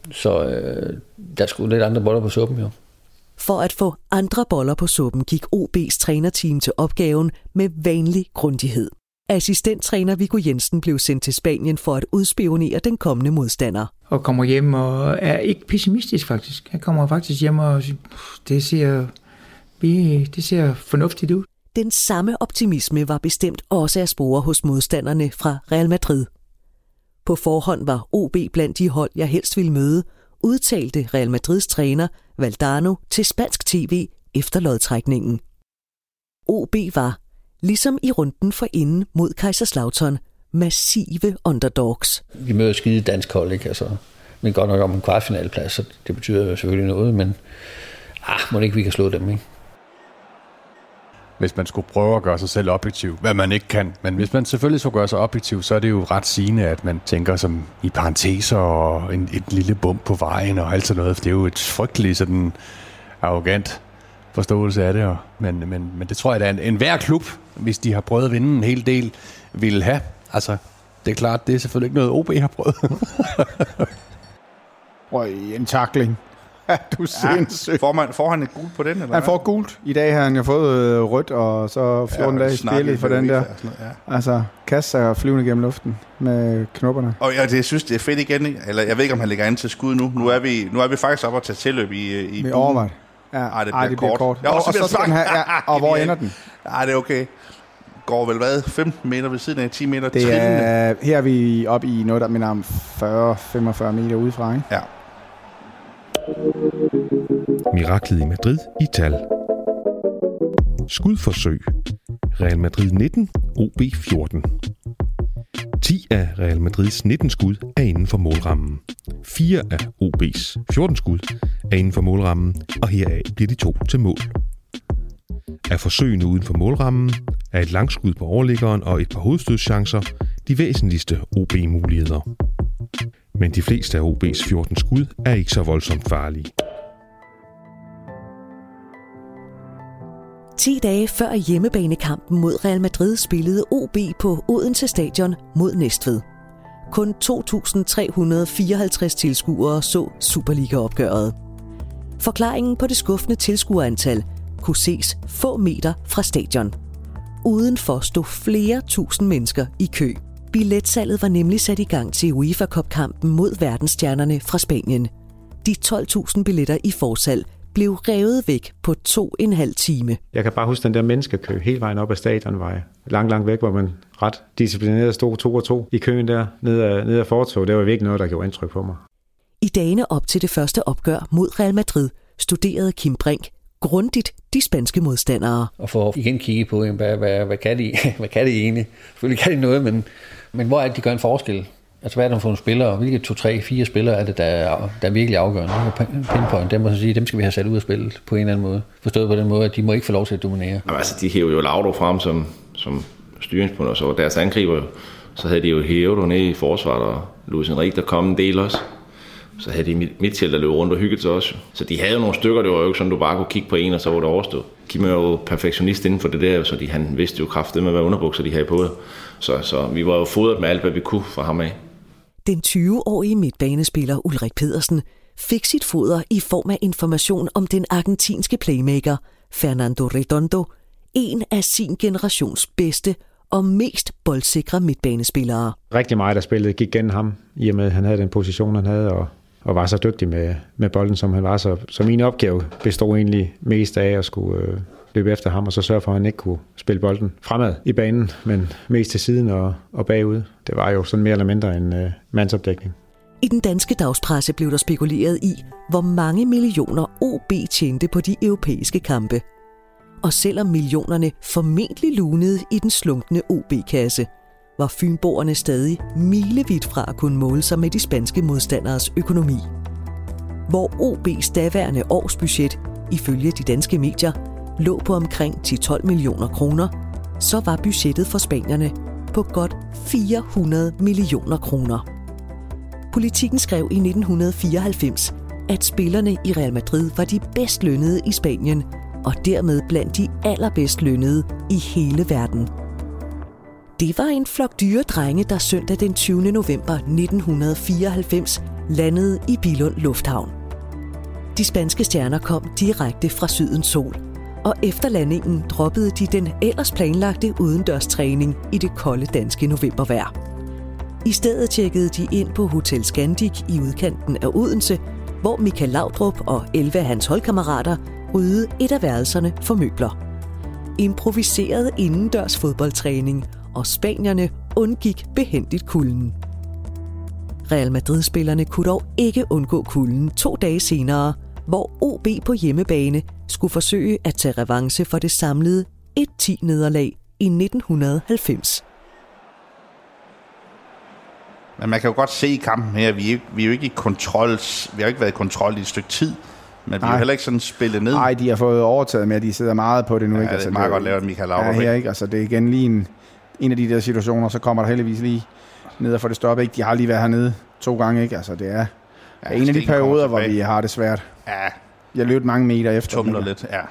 Så øh, der skulle lidt andre boller på suppen, jo. For at få andre boller på suppen gik O B's trænerteam til opgaven med vanlig grundighed. Assistenttræner Viggo Jensen blev sendt til Spanien for at udspionere den kommende modstander. Og kommer hjem og er ikke pessimistisk faktisk. Han kommer faktisk hjem og siger, det ser, det ser fornuftigt ud. Den samme optimisme var bestemt også at spore hos modstanderne fra Real Madrid. På forhånd var O B blandt de hold, jeg helst ville møde, udtalte Real Madrids træner Valdano til spansk tv efter lodtrækningen. O B var, ligesom i runden forinden mod Kaiserslautern, massive underdogs. Vi møder skide dansk hold, ikke? Altså, men godt nok om en kvartfinalplads, så det betyder selvfølgelig noget, men ah, må det ikke, vi kan slå dem, ikke? Hvis man skulle prøve at gøre sig selv objektiv, hvad man ikke kan. Men hvis man selvfølgelig skulle gøre sig objektiv, så er det jo ret sigende, at man tænker som i parenteser og en, et lille bump på vejen og alt sådan noget. For det er jo et frygteligt sådan arrogant forståelse af det. Og, men, men, men det tror jeg, at en, en hver klub, hvis de har prøvet at vinde en hel del, ville have. Altså, det er klart, det er selvfølgelig ikke noget, O B har prøvet. Røg en tackling. Ja, du er sindssygt. Ja, får, man, får han et gult på den? Eller han får gult. I dag har han jo fået rødt, og så fjorten ja, dage i spillet for den der. Ja. Altså, kaste sig flyvende gennem luften med knopperne. Og ja, det, jeg synes, det er fedt igen. Eller jeg ved ikke, om han lægger an til skud nu. Nu er vi, nu er vi faktisk oppe at tage tilløb i, i Med overvej. Ja. Ej, det bliver, Ej, det bliver kort. kort. Ja, og, og, og så skal han have, ja, og hvor ender den? Ja, det er okay. Går vel hvad? femten meter ved siden af, ti meter det trillende. Er, her er vi oppe i noget, der minder om fyrre til femogfyrre meter udefra, ikke? Ja. Miraklet i Madrid i tal. Skudforsøg. Real Madrid nitten, O B fjorten. ti af Real Madrids nitten skud er inden for målrammen. fire af O B's fjorten skud er inden for målrammen, og heraf bliver de to til mål. Af forsøgene uden for målrammen er et langskud på overliggeren og et par hovedstødschancer de væsentligste O B-muligheder. Men de fleste af O B's fjorten skud er ikke så voldsomt farlige. ti dage før hjemmebanekampen mod Real Madrid spillede O B på Odense Stadion mod Næstved. Kun to tusind tre hundrede og fireoghalvtreds tilskuere så Superliga-opgøret. Forklaringen på det skuffende tilskuerantal kunne ses få meter fra stadion. Udenfor stod flere tusind mennesker i kø. Billetsalget var nemlig sat i gang til UEFA Cup-kampen mod verdensstjernerne fra Spanien. De tolv tusind billetter i forsalg blev revet væk på to og en halv time. Jeg kan bare huske den der menneskekø hele vejen op ad stadionvej. Langt, langt væk, hvor man ret disciplineret stod to og to i køen der, ned ad, ned ad fortog. Det var virkelig noget, der gjorde indtryk på mig. I dagene op til det første opgør mod Real Madrid studerede Kim Brink grundigt de spanske modstandere. Og for igen kigge på, hvad, hvad, hvad, kan de, hvad kan de egentlig? Selvfølgelig kan de noget, men, men hvor er det, de gør en forskel? Altså, hvad er det for nogle spillere? Hvilke to, tre, fire spillere er det, der er, der er virkelig afgørende? Pinpoint, dem, må så sige, dem skal vi have sat ud af spillet på en eller anden måde. Forstået på den måde, at de må ikke få lov til at dominere. Jamen, altså, de hæver jo Laudrup frem som, som styringspunkt, og så deres angriber, så havde de jo hævet ned i forsvaret, og Luis Enrique, der kom en del også. Så havde de Mitchell, der løb rundt og hyggede sig også. Så de havde jo nogle stykker, det var jo ikke sådan, du bare kunne kigge på en, og så var det overstået. Kim er jo perfektionist inden for det der, så de, han vidste jo kraftigt med, hvad underbukser de havde på det. Så, så vi var jo fodret med alt, hvad vi kunne fra ham af. Den tyve-årige midtbanespiller Ulrik Pedersen fik sit foder i form af information om den argentinske playmaker Fernando Redondo, en af sin generations bedste og mest boldsikre midtbanespillere. Rigtig meget, der spillet gik gennem ham, i og med, at han havde den position, han havde, og, og var så dygtig med, med bolden, som han var. Så, så min opgave bestod egentlig mest af at skulle øh, løbe efter ham, og så sørge for, at han ikke kunne spille bolden fremad i banen, men mest til siden og, og bagud. Det var jo sådan mere eller mindre en øh, mandsopdækning. I den danske dagspresse blev der spekuleret i, hvor mange millioner O B tjente på de europæiske kampe. Og selvom millionerne formentlig lunede i den slunkne O B-kasse, var fynboerne stadig milevidt fra at kunne måle sig med de spanske modstanderes økonomi. Hvor O B's daværende årsbudget, ifølge de danske medier, lå på omkring ti til tolv millioner kroner, så var budgettet for spanierne på godt fire hundrede millioner kroner. Politikken skrev i nitten fireoghalvfems, at spillerne i Real Madrid var de bedst lønnede i Spanien, og dermed blandt de allerbedst lønnede i hele verden. Det var en flok dyre drenge, der søndag den tyvende november nitten fireoghalvfems landede i Billund Lufthavn. De spanske stjerner kom direkte fra sydens sol, og efter landingen droppede de den ellers planlagte udendørstræning i det kolde danske novembervejr. I stedet tjekkede de ind på Hotel Scandic i udkanten af Odense, hvor Michael Laudrup og elleve af hans holdkammerater ryddede et af værelserne for møbler. Improviseret indendørs fodboldtræning, og spanierne undgik behændigt kulden. Real Madrid-spillerne kunne dog ikke undgå kulden to dage senere, hvor O B på hjemmebane skulle forsøge at tage revanche for det samlede et ti nederlag i nitten halvfems. Men man kan jo godt se i kampen her, vi er, vi er jo ikke i kontrol, vi har ikke været i kontrol i et stykke tid, men vi har heller ikke sådan spillet ned. Nej, de har fået overtaget med, at de sidder meget på det nu. Ja, ikke? det er altså, meget det, godt lavet, Michael Laudrup. Ja, her, ikke? Altså, det er igen lige en, en af de der situationer, så kommer der heldigvis lige ned og får det stoppet. Ikke? De har lige været hernede to gange, ikke? Altså, det er ja, en af de perioder, hvor vi har det svært. Ja. Jeg løb mange meter efter. Tumler lidt, ja.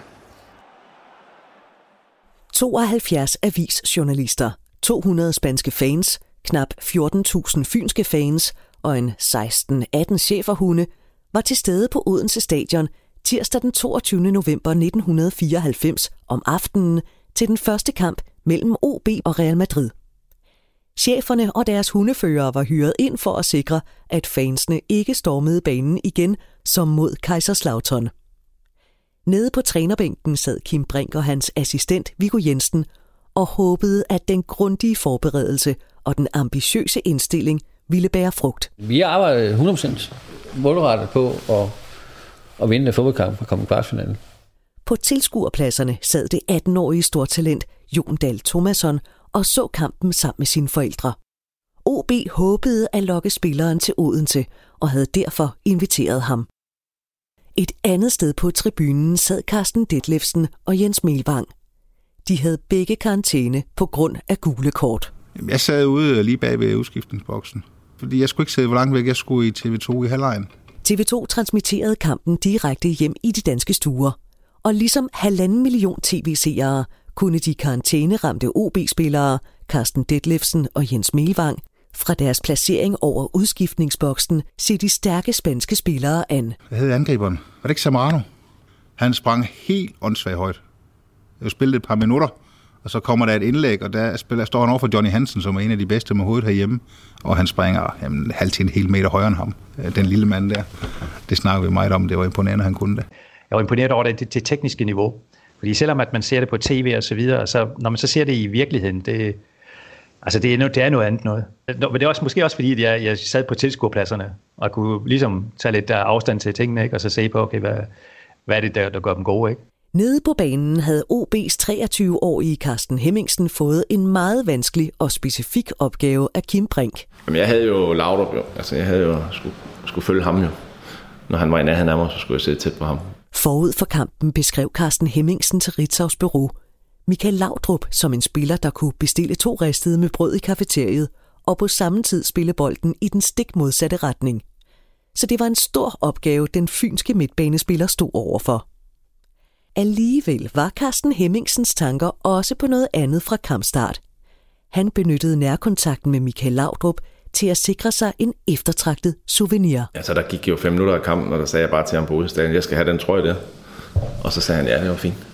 tooghalvfjerds avisjournalister, to hundrede spanske fans, knap fjorten tusind fynske fans og en seksten atten schæferhunde var til stede på Odense Stadion tirsdag den toogtyvende november nitten fireoghalvfems om aftenen til den første kamp mellem O B og Real Madrid. Cheferne og deres hundeførere var hyret ind for at sikre, at fansene ikke stormede banen igen som mod Kaiserslautern. Nede på trænerbænken sad Kim Brink og hans assistent Viggo Jensen og håbede, at den grundige forberedelse og den ambitiøse indstilling ville bære frugt. Vi arbejder hundrede procent målrettet på at, at vinde en fodboldkamp og komme i kvartfinalen. På tilskuerpladserne sad det atten-årige stortalent Jon Dahl Tomasson og så kampen sammen med sine forældre. O B håbede at lokke spilleren til Odense og havde derfor inviteret ham. Et andet sted på tribunen sad Carsten Detlefsen og Jens Melvang. De havde begge karantæne på grund af gule kort. Jeg sad ude lige bag ved udskiftningsboksen, fordi jeg skulle ikke sidde, hvor langt væk jeg skulle i T V to i halvlejen. T V to transmitterede kampen direkte hjem i de danske stuer, og ligesom halvanden million tv-seere kunne de karantæneramte O B-spillere, Carsten Detlefsen og Jens Melvang, fra deres placering over udskiftningsboksen se de stærke spanske spillere an. Hvad hed angriberen? Var det ikke Zamorano? Han sprang helt åndssvagt højt. Jeg spillede et par minutter, og så kommer der et indlæg, og der spiller, står han over for Johnny Hansen, som er en af de bedste med hovedet herhjemme, og han springer jamen, halv til en hel meter højere end ham, den lille mand der. Det snakker vi meget om, det var imponerende, han kunne det. Jeg var imponeret over det, det, det tekniske niveau, fordi selvom at man ser det på tv og så videre, så når man så ser det i virkeligheden, det, altså det, er, noget, det er noget andet noget. Men det er også, måske også fordi, at jeg, jeg sad på tilskuerpladserne, og kunne ligesom tage lidt der afstand til tingene, ikke? Og så se på, okay, hvad, hvad er det, der, der gør dem gode, ikke? Nede på banen havde O B's treogtyve-årige Carsten Hemmingsen fået en meget vanskelig og specifik opgave af Kim Brink. Jamen, jeg havde jo Laudrup, jo. Altså, jeg havde jo skulle, skulle følge ham jo. Når han var i nærheden af mig, så skulle jeg sidde tæt på ham. Forud for kampen beskrev Carsten Hemmingsen til Ritzaus bureau Michael Laudrup som en spiller, der kunne bestille to ristede med brød i kafeteriet og på samme tid spille bolden i den stik modsatte retning. Så det var en stor opgave, den fynske midtbanespiller stod overfor. Alligevel var Carsten Hemmingsens tanker også på noget andet fra kampstart. Han benyttede nærkontakten med Michael Laudrup til at sikre sig en eftertragtet souvenir. Altså, der gik jo fem minutter af kampen, og der sagde jeg bare til ham på udestadion, jeg skal have den trøje der. Og så sagde han, ja, det var fint.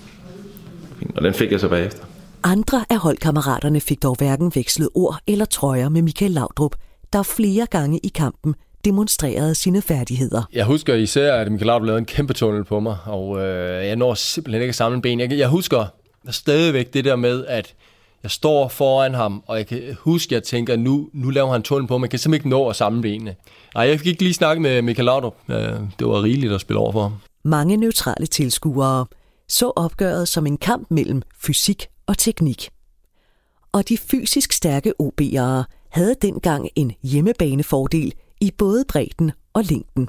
Og den fik jeg så bagefter. Andre af holdkammeraterne fik dog hverken vekslet ord eller trøjer med Michael Laudrup, der flere gange i kampen demonstrerede sine færdigheder. Jeg husker især, at Michael Laudrup lavede en kæmpe tunnel på mig, og øh, jeg når simpelthen ikke at samle ben. Jeg, jeg husker stadigvæk det der med, at jeg står foran ham, og jeg kan huske, at jeg tænker, at nu, nu laver han tunnel på mig. Jeg kan simpelthen ikke nå at samle benene. Ej, jeg fik ikke lige snakke med Michael Laudrup. Det var rigeligt at spille over for ham. Mange neutrale tilskuere så opgøret som en kamp mellem fysik og teknik. Og de fysisk stærke O B'ere havde dengang en hjemmebanefordel i både bredden og længden.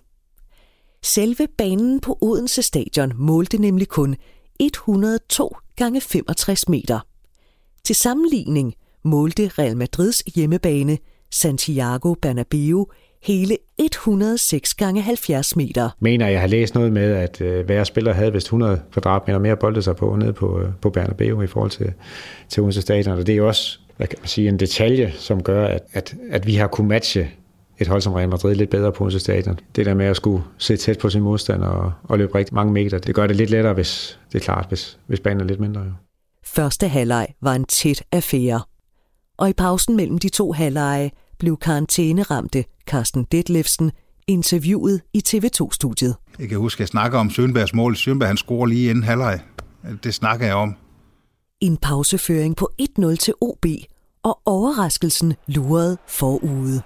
Selve banen på Odense Stadion målte nemlig kun et hundrede og to gange femogtres meter. Til sammenligning målte Real Madrids hjemmebane Santiago Bernabéu hele et hundrede og seks gange halvfjerds meter. Mener, jeg har læst noget med, at øh, hver spiller havde vist hundrede kvadratmeter mere bolde sig på nede på, øh, på Bernabéu i forhold til, til Odense Stadion. Og det er jo også, hvad kan man sige, en detalje, som gør, at, at, at vi har kunnet matche et hold som Real Madrid lidt bedre på Odense Stadion. Det der med at skulle sidde tæt på sin modstander og, og løbe rigtig mange meter, det gør det lidt lettere, hvis det er klart, hvis, hvis banen er lidt mindre. Jo. Første halvleg var en tæt affære. Og i pausen mellem de to halvleje blev karantæneramte Carsten Detlefsen interviewet i T V to-studiet. Jeg kan huske, at jeg snakker om Sønbergs mål. Sønberg, han scorer lige inden halvleg. Det snakker jeg om. En pauseføring på et nul til O B, og overraskelsen lurede forude.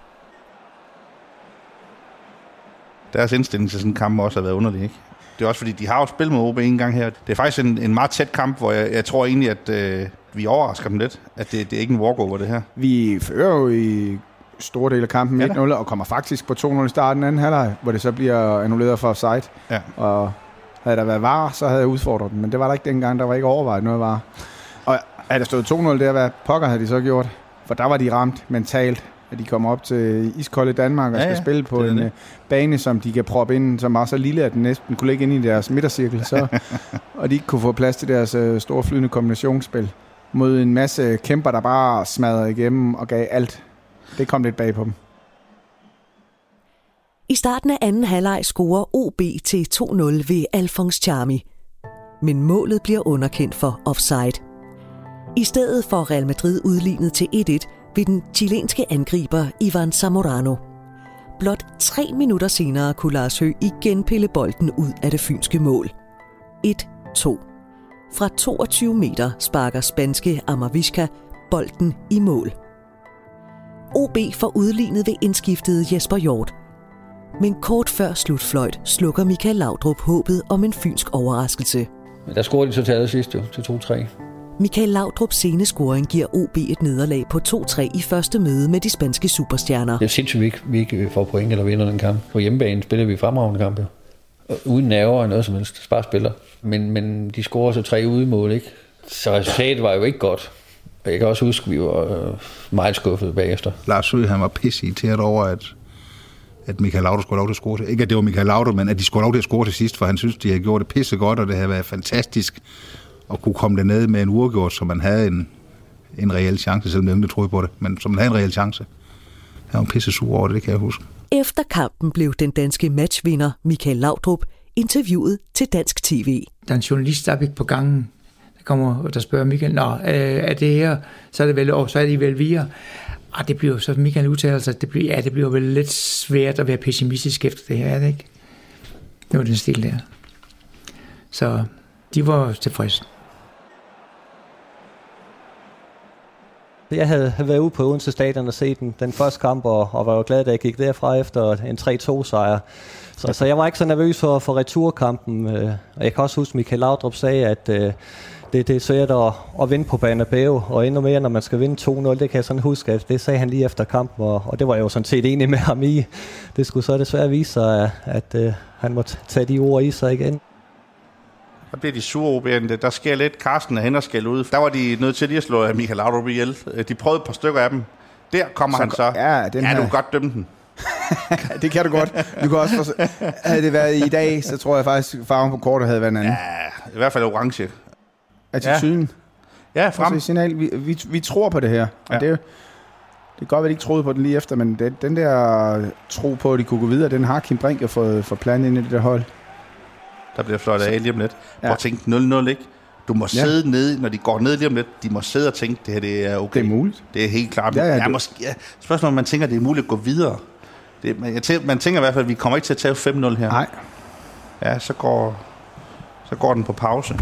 Deres indstilling til sådan en kamp også har været underlig, ikke? Det er også fordi, de har jo spillet med O B en gang her. Det er faktisk en, en meget tæt kamp, hvor jeg, jeg tror egentlig, at øh, vi overrasker dem lidt. At det, det er ikke en walkover, det her. Vi fører jo i store del af kampen ja, et nul, og kommer faktisk på to nul i starten af anden halvleg, hvor det så bliver annulleret for offside. Ja. Og havde der været V A R, så havde jeg udfordret dem, men det var der ikke dengang. Der var ikke overvejet noget V A R. Og havde der stået to nul der, hvad pokker havde de så gjort? For der var de ramt mentalt, at de kommer op til iskolde Danmark og ja, skal ja. spille på en det. bane, som de kan proppe ind, som var så lille, at den næsten kunne ligge ind i deres midtercirkel, så, og de ikke kunne få plads til deres uh, store flydende kombinationsspil mod en masse kæmper, der bare smadrede igennem og gav alt. Det kom lidt bag på dem. I starten af anden halvleg scorer O B til to nul ved Alphonse Charmi. Men målet bliver underkendt for offside. I stedet får Real Madrid udlignet til et et ved den chilenske angriber Ivan Zamorano. Blot tre minutter senere kunne Lars Høgh igen pille bolden ud af det fynske mål. et to. Fra toogtyve meter sparker spanske Amavisca bolden i mål. O B får udlignet ved indskiftet Jesper Hjort. Men kort før slutfløjt slukker Michael Laudrup håbet om en fynsk overraskelse. Men der scorede de så til allersidst jo, til to tre. Michael Laudrups sene scoring giver O B et nederlag på to tre i første møde med de spanske superstjerner. Det er sindssygt, vi ikke, vi ikke får point eller vinder den kamp. På hjemmebane spiller vi fremragende kampe. Uden nerver og noget som helst. Bare spiller. Men, men de scorer så tre udemål, ikke? Så resultatet var jo ikke godt. Og jeg kan også huske, at vi var øh, meget skuffede bagefter. Lars Høgh, han var pisse irriteret over, at, at Michael Laudrup skulle lov til at score til. Ikke at det var Michael Laudrup, men at de skulle lov til at score til sidst, for han synes, de havde gjort det pisse godt, og det havde været fantastisk at kunne komme derned med en uafgjort, så man havde en, en reel chance, selvom jeg ikke troede på det, men som man havde en reel chance. Han var pisse sur over det, det kan jeg huske. Efter kampen blev den danske matchvinder Michael Laudrup interviewet til dansk tv. Der er en journalist, der er på gangen, der kommer og der spørger Michael, nå, er det her, så er det vel, og så er det vel via. Ah, det bliver så Michael udtaler sig, det bliver, ja, det bliver vel lidt svært at være pessimistisk efter det her, er det ikke? Det var den stil der. Så de var tilfredse. Jeg havde, havde været ude på Odense Stadion og set den, den første kamp, og, og var jo glad, da jeg gik derfra efter en tre to sejr. Så, så jeg var ikke så nervøs for, for returkampen. Og jeg kan også huske, at Michael Laudrup sagde, at øh, det, det er svært at, at vinde på Bernabeu, og endnu mere, når man skal vinde to nul. Det kan jeg sådan huske, at det sagde han lige efter kampen, og, og det var jeg jo sådan set enig med ham i. Det skulle så desværre vise sig, at, at øh, han måtte tage de ord i sig igen. Der bliver de sure O B'erne. Der sker lidt. Carsten er hen og skæld ud. Der var de nødt til lige at slå Michael Laudrup ihjel. De prøvede et par stykker af dem. Der kommer så han så. Ja, den ja her. Du kan godt dømme den. Det kan du godt. Du kan også for... Havde det været i dag, så tror jeg faktisk, farven på kortet havde været en anden. Ja, i hvert fald orange. Attituden. Ja, ja frem. Altså, signal. Vi, vi, vi tror på det her. Og ja. det, det kan godt være, at de ikke troede på den lige efter, men det, den der tro på, at de kunne gå videre, den har Kim Brink fået for planen ind i det der hold. Der bliver flot af lige om lidt. Prøv at tænke nul nul, ikke? Du må ja. sidde nede, når de går ned lige om lidt, de må sidde og tænke, det her det er okay. Det er muligt. Det er helt klart. Ja, ja, ja, måske, ja, spørgsmålet om man tænker, det er muligt at gå videre. Det, man, jeg tænker, man tænker i hvert fald, at vi kommer ikke til at tage fem nul her. Nej. Ja, så går, så går den på pause.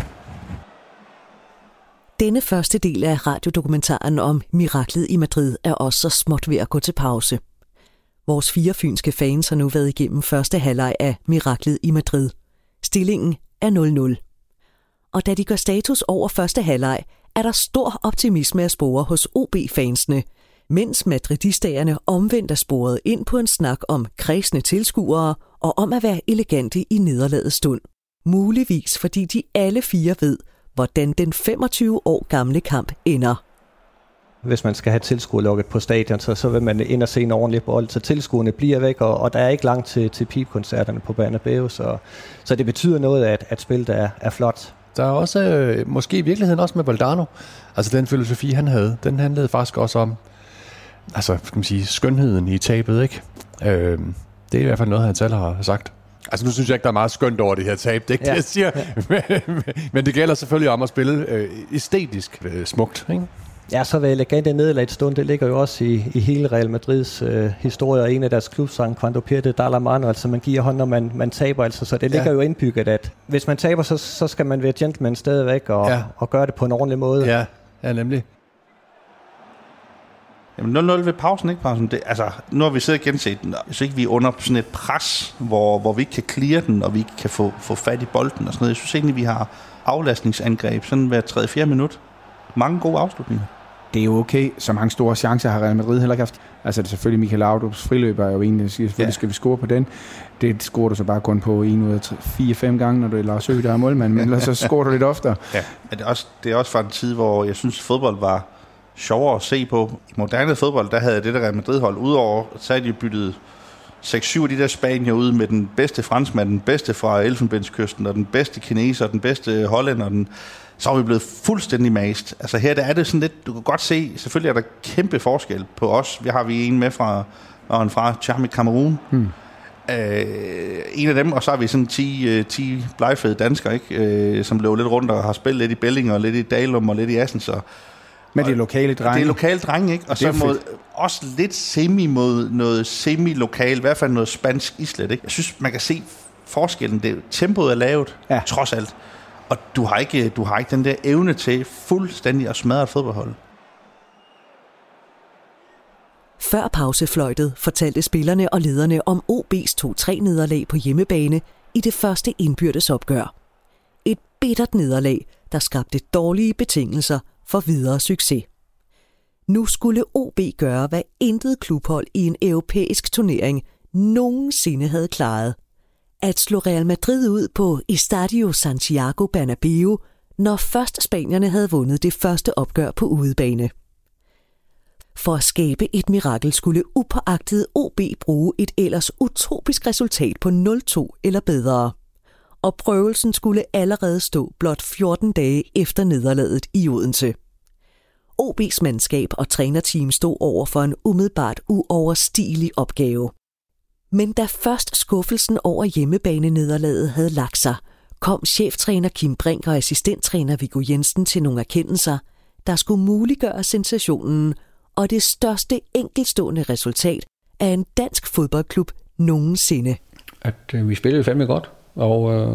Denne første del af radiodokumentaren om miraklet i Madrid er også så småt ved at gå til pause. Vores fire fynske fans har nu været igennem første halvleg af miraklet i Madrid. Stillingen er nul nul. Og da de gør status over første halvleg, er der stor optimisme at spore hos O B-fansene, mens madridisterne omvendt er sporet ind på en snak om kredsende tilskuere og om at være elegante i nederlagets stund. Muligvis fordi de alle fire ved, hvordan den femogtyve år gamle kamp ender. Hvis man skal have tilskuerlukket på stadion, så, så vil man ind og se en ordentlig bold, så tilskuerne bliver væk, og, og der er ikke langt til, til pipkoncerterne på Bernabeu, så, så det betyder noget, at, at spillet er, er flot. Der er også, øh, måske i virkeligheden også med Valdano, altså den filosofi, han havde, den handlede faktisk også om, altså, skal man sige, skønheden i tabet, ikke? Øh, det er i hvert fald noget, han selv har sagt. Altså, nu synes jeg ikke, der er meget skønt over det her tab. Det er ikke ja. det, jeg siger. men, men det gælder selvfølgelig om at spille øh, æstetisk øh, smukt, ikke? Ja, så vil legende nederlagsstund, det ligger jo også i, i hele Real Madrids øh, historie, og en af deres klubsange, Cuando pierde da la mano, altså man giver hånd, når man, man taber, altså, så det ligger ja. jo indbygget, at hvis man taber, så, så skal man være gentleman stadigvæk, og, ja. og gøre det på en ordentlig måde. Ja, ja nemlig. Jamen nul nul ved pausen, ikke pausen? Det, altså, nu har vi siddet og genset den, så ikke vi er under sådan et pres, hvor, hvor vi ikke kan clear den, og vi ikke kan få, få fat i bolden og sådan noget. Jeg synes egentlig, vi har aflastningsangreb, sådan hver tredje fjerde minut. Mange gode afslutninger. Det er jo okay. Så mange store chancer har Real Madrid heller ikke haft. Altså det er selvfølgelig Michael Laudrup's friløber er jo egentlig, selvfølgelig ja. skal vi score på den. Det scorer du så bare kun på en ud af fire fem gange, når du er Lars Høgh, der er målmand, men ellers så scorer du lidt oftere. Ja, det er, også, det er også fra en tid, hvor jeg synes, fodbold var sjovere at se på. I moderne fodbold, der havde det der Real Madrid-hold, udover, så havde de byttet seks syv af de der Spanier ud med den bedste franskmand, den bedste fra Elfenbenskysten, og den bedste kineser, den bedste hollænder, den så er vi blevet fuldstændig mast. Altså her der er det sådan lidt, du kan godt se, selvfølgelig er der kæmpe forskel på os. Vi har vi en med fra, og en fra Cham i Cameroon. Hmm. Øh, en af dem, og så har vi sådan ti, ti blegfede danskere, ikke? Øh, som løber lidt rundt og har spillet lidt i Belling og lidt i Dalum og lidt i Assens. Og, Men det er lokale drenge. Det er lokale drenge, ikke? Og så mod, også lidt semi mod noget semi-lokal, i hvert fald noget spansk islet, ikke? Jeg synes, man kan se forskellen. Det, tempoet er lavt, ja. trods alt. Og du har, ikke, du har ikke den der evne til fuldstændig at smadre et fodboldhold. Før pausefløjtet fortalte spillerne og lederne om O B's to tre nederlag på hjemmebane i det første indbyrdes opgør. Et bittert nederlag, der skabte dårlige betingelser for videre succes. Nu skulle O B gøre, hvad intet klubhold i en europæisk turnering nogensinde havde klaret. At slå Real Madrid ud på Estadio Santiago Bernabéu, når først spanierne havde vundet det første opgør på udebane. For at skabe et mirakel skulle upåagtet O B bruge et ellers utopisk resultat på nul to eller bedre. Og prøvelsen skulle allerede stå blot fjorten dage efter nederlaget i Odense. O B's mandskab og trænerteam stod over for en umiddelbart uoverstigelig opgave. Men da først skuffelsen over hjemmebanenederlaget havde lagt sig, kom cheftræner Kim Brink og assistenttræner Viggo Jensen til nogle erkendelser, der skulle muliggøre sensationen og det største enkeltstående resultat af en dansk fodboldklub nogensinde. At øh, vi spillede fandme godt, og, øh,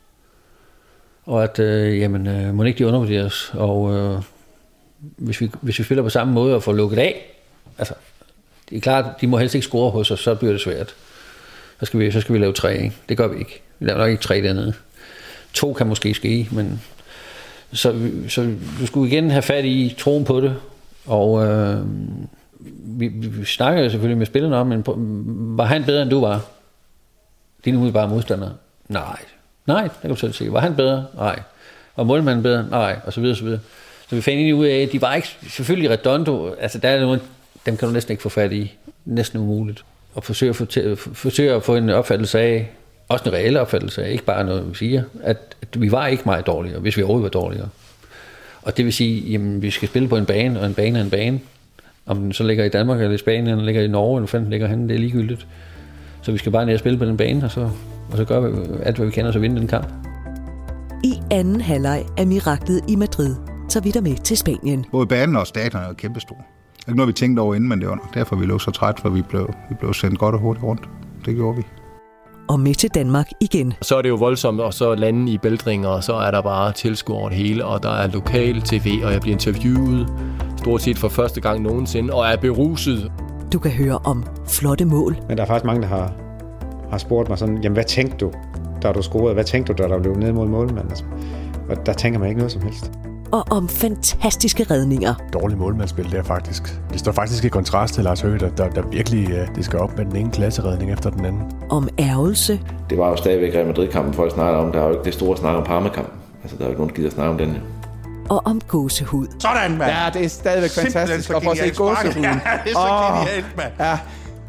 og at øh, jamen, øh, må ikke de undervurderes, og øh, hvis, vi, hvis vi spiller på samme måde og får lukket af, altså det er klart, de må helst ikke score hos os, så bliver det svært. Så skal vi, så skal vi lave tre, ikke? Det gør vi ikke. Vi laver nok ikke tre dernede. To kan måske ske, men så, så du skulle igen have fat i troen på det, og øh, vi, vi, vi snakker selvfølgelig med spillerne om, men var han bedre end du var? Dine umiddelbare modstandere? Nej. Nej, det kan du selv se. Var han bedre? Nej. Var målmanden bedre? Nej. Og så videre, så videre. Så vi fandt egentlig ud af, at de var ikke selvfølgelig Redondo, altså der er nogle, dem kan du næsten ikke få fat i. Næsten umuligt. Og forsøge at få, til, forsøge at få en opfattelse af, også en reel opfattelse af, ikke bare noget, vi siger, at, at vi var ikke meget dårligere, hvis vi overhovedet var dårligere. Og det vil sige, jamen vi skal spille på en bane, og en bane er en bane. Om den så ligger i Danmark, eller i Spanien, eller ligger i Norge, eller hvor den ligger henne, det er ligegyldigt. Så vi skal bare ned og spille på den bane, og så, og så gør vi alt, hvad vi kan, og så vinde den kamp. I anden halvleg af miraklet i Madrid tager vi der med til Spanien. Både banen og stadion er kæmpestor. Det er ikke noget, vi tænkte over inden, men det var nok derfor, vi lå så træt, for vi blev, vi blev sendt godt og hurtigt rundt. Det gjorde vi. Og med til Danmark igen. Så er det jo voldsomt, og så lande i bæltringer, og så er der bare tilskuere over det hele, og der er lokal tv, og jeg bliver interviewet stort set for første gang nogensinde, og er beruset. Du kan høre om flotte mål. Men der er faktisk mange, der har, har spurgt mig sådan, jamen hvad tænkte du, da du scorede? Hvad tænkte du, da der blev ned mod målmanden? Altså, og der tænker man ikke noget som helst. Og om fantastiske redninger. Dårlig målmandsspil der faktisk. Det står faktisk i kontrast til Lars Høgh, der, der, der virkelig uh, det skal op med den ene klasseredning efter den anden. Om ærgelse. Det var jo stadigvæk Real Madrid-kampen, folk snakker om. Der er jo ikke det store snak om Parma-kampen. Altså, der er jo ikke nogen, der gider snakke om den. Ja. Og om gåsehud. Sådan, mand! Ja, det er stadigvæk fantastisk at få se gåsehuden. Ja, det er så oh. genialt, mand. Ja.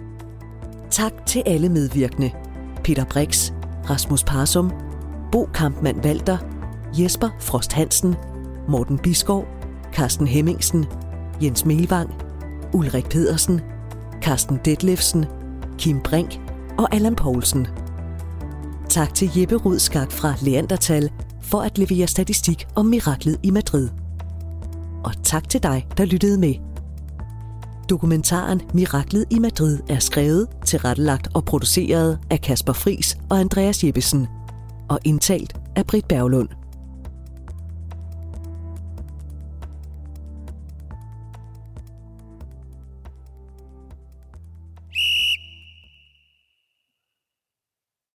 Tak til alle medvirkende. Peter Brix, Rasmus Parsum, Bo Kampmann Walter, Jesper Frost Hansen, Morten Bisgaard, Carsten Hemmingsen, Jens Melvang, Ulrik Pedersen, Carsten Detlefsen, Kim Brink og Allan Poulsen. Tak til Jeppe Rudskak fra Leandertal for at levere statistik om miraklet i Madrid. Og tak til dig, der lyttede med. Dokumentaren Miraklet i Madrid er skrevet, tilrettelagt og produceret af Kasper Friis og Andreas Jeppesen og indtalt af Britt Berglund.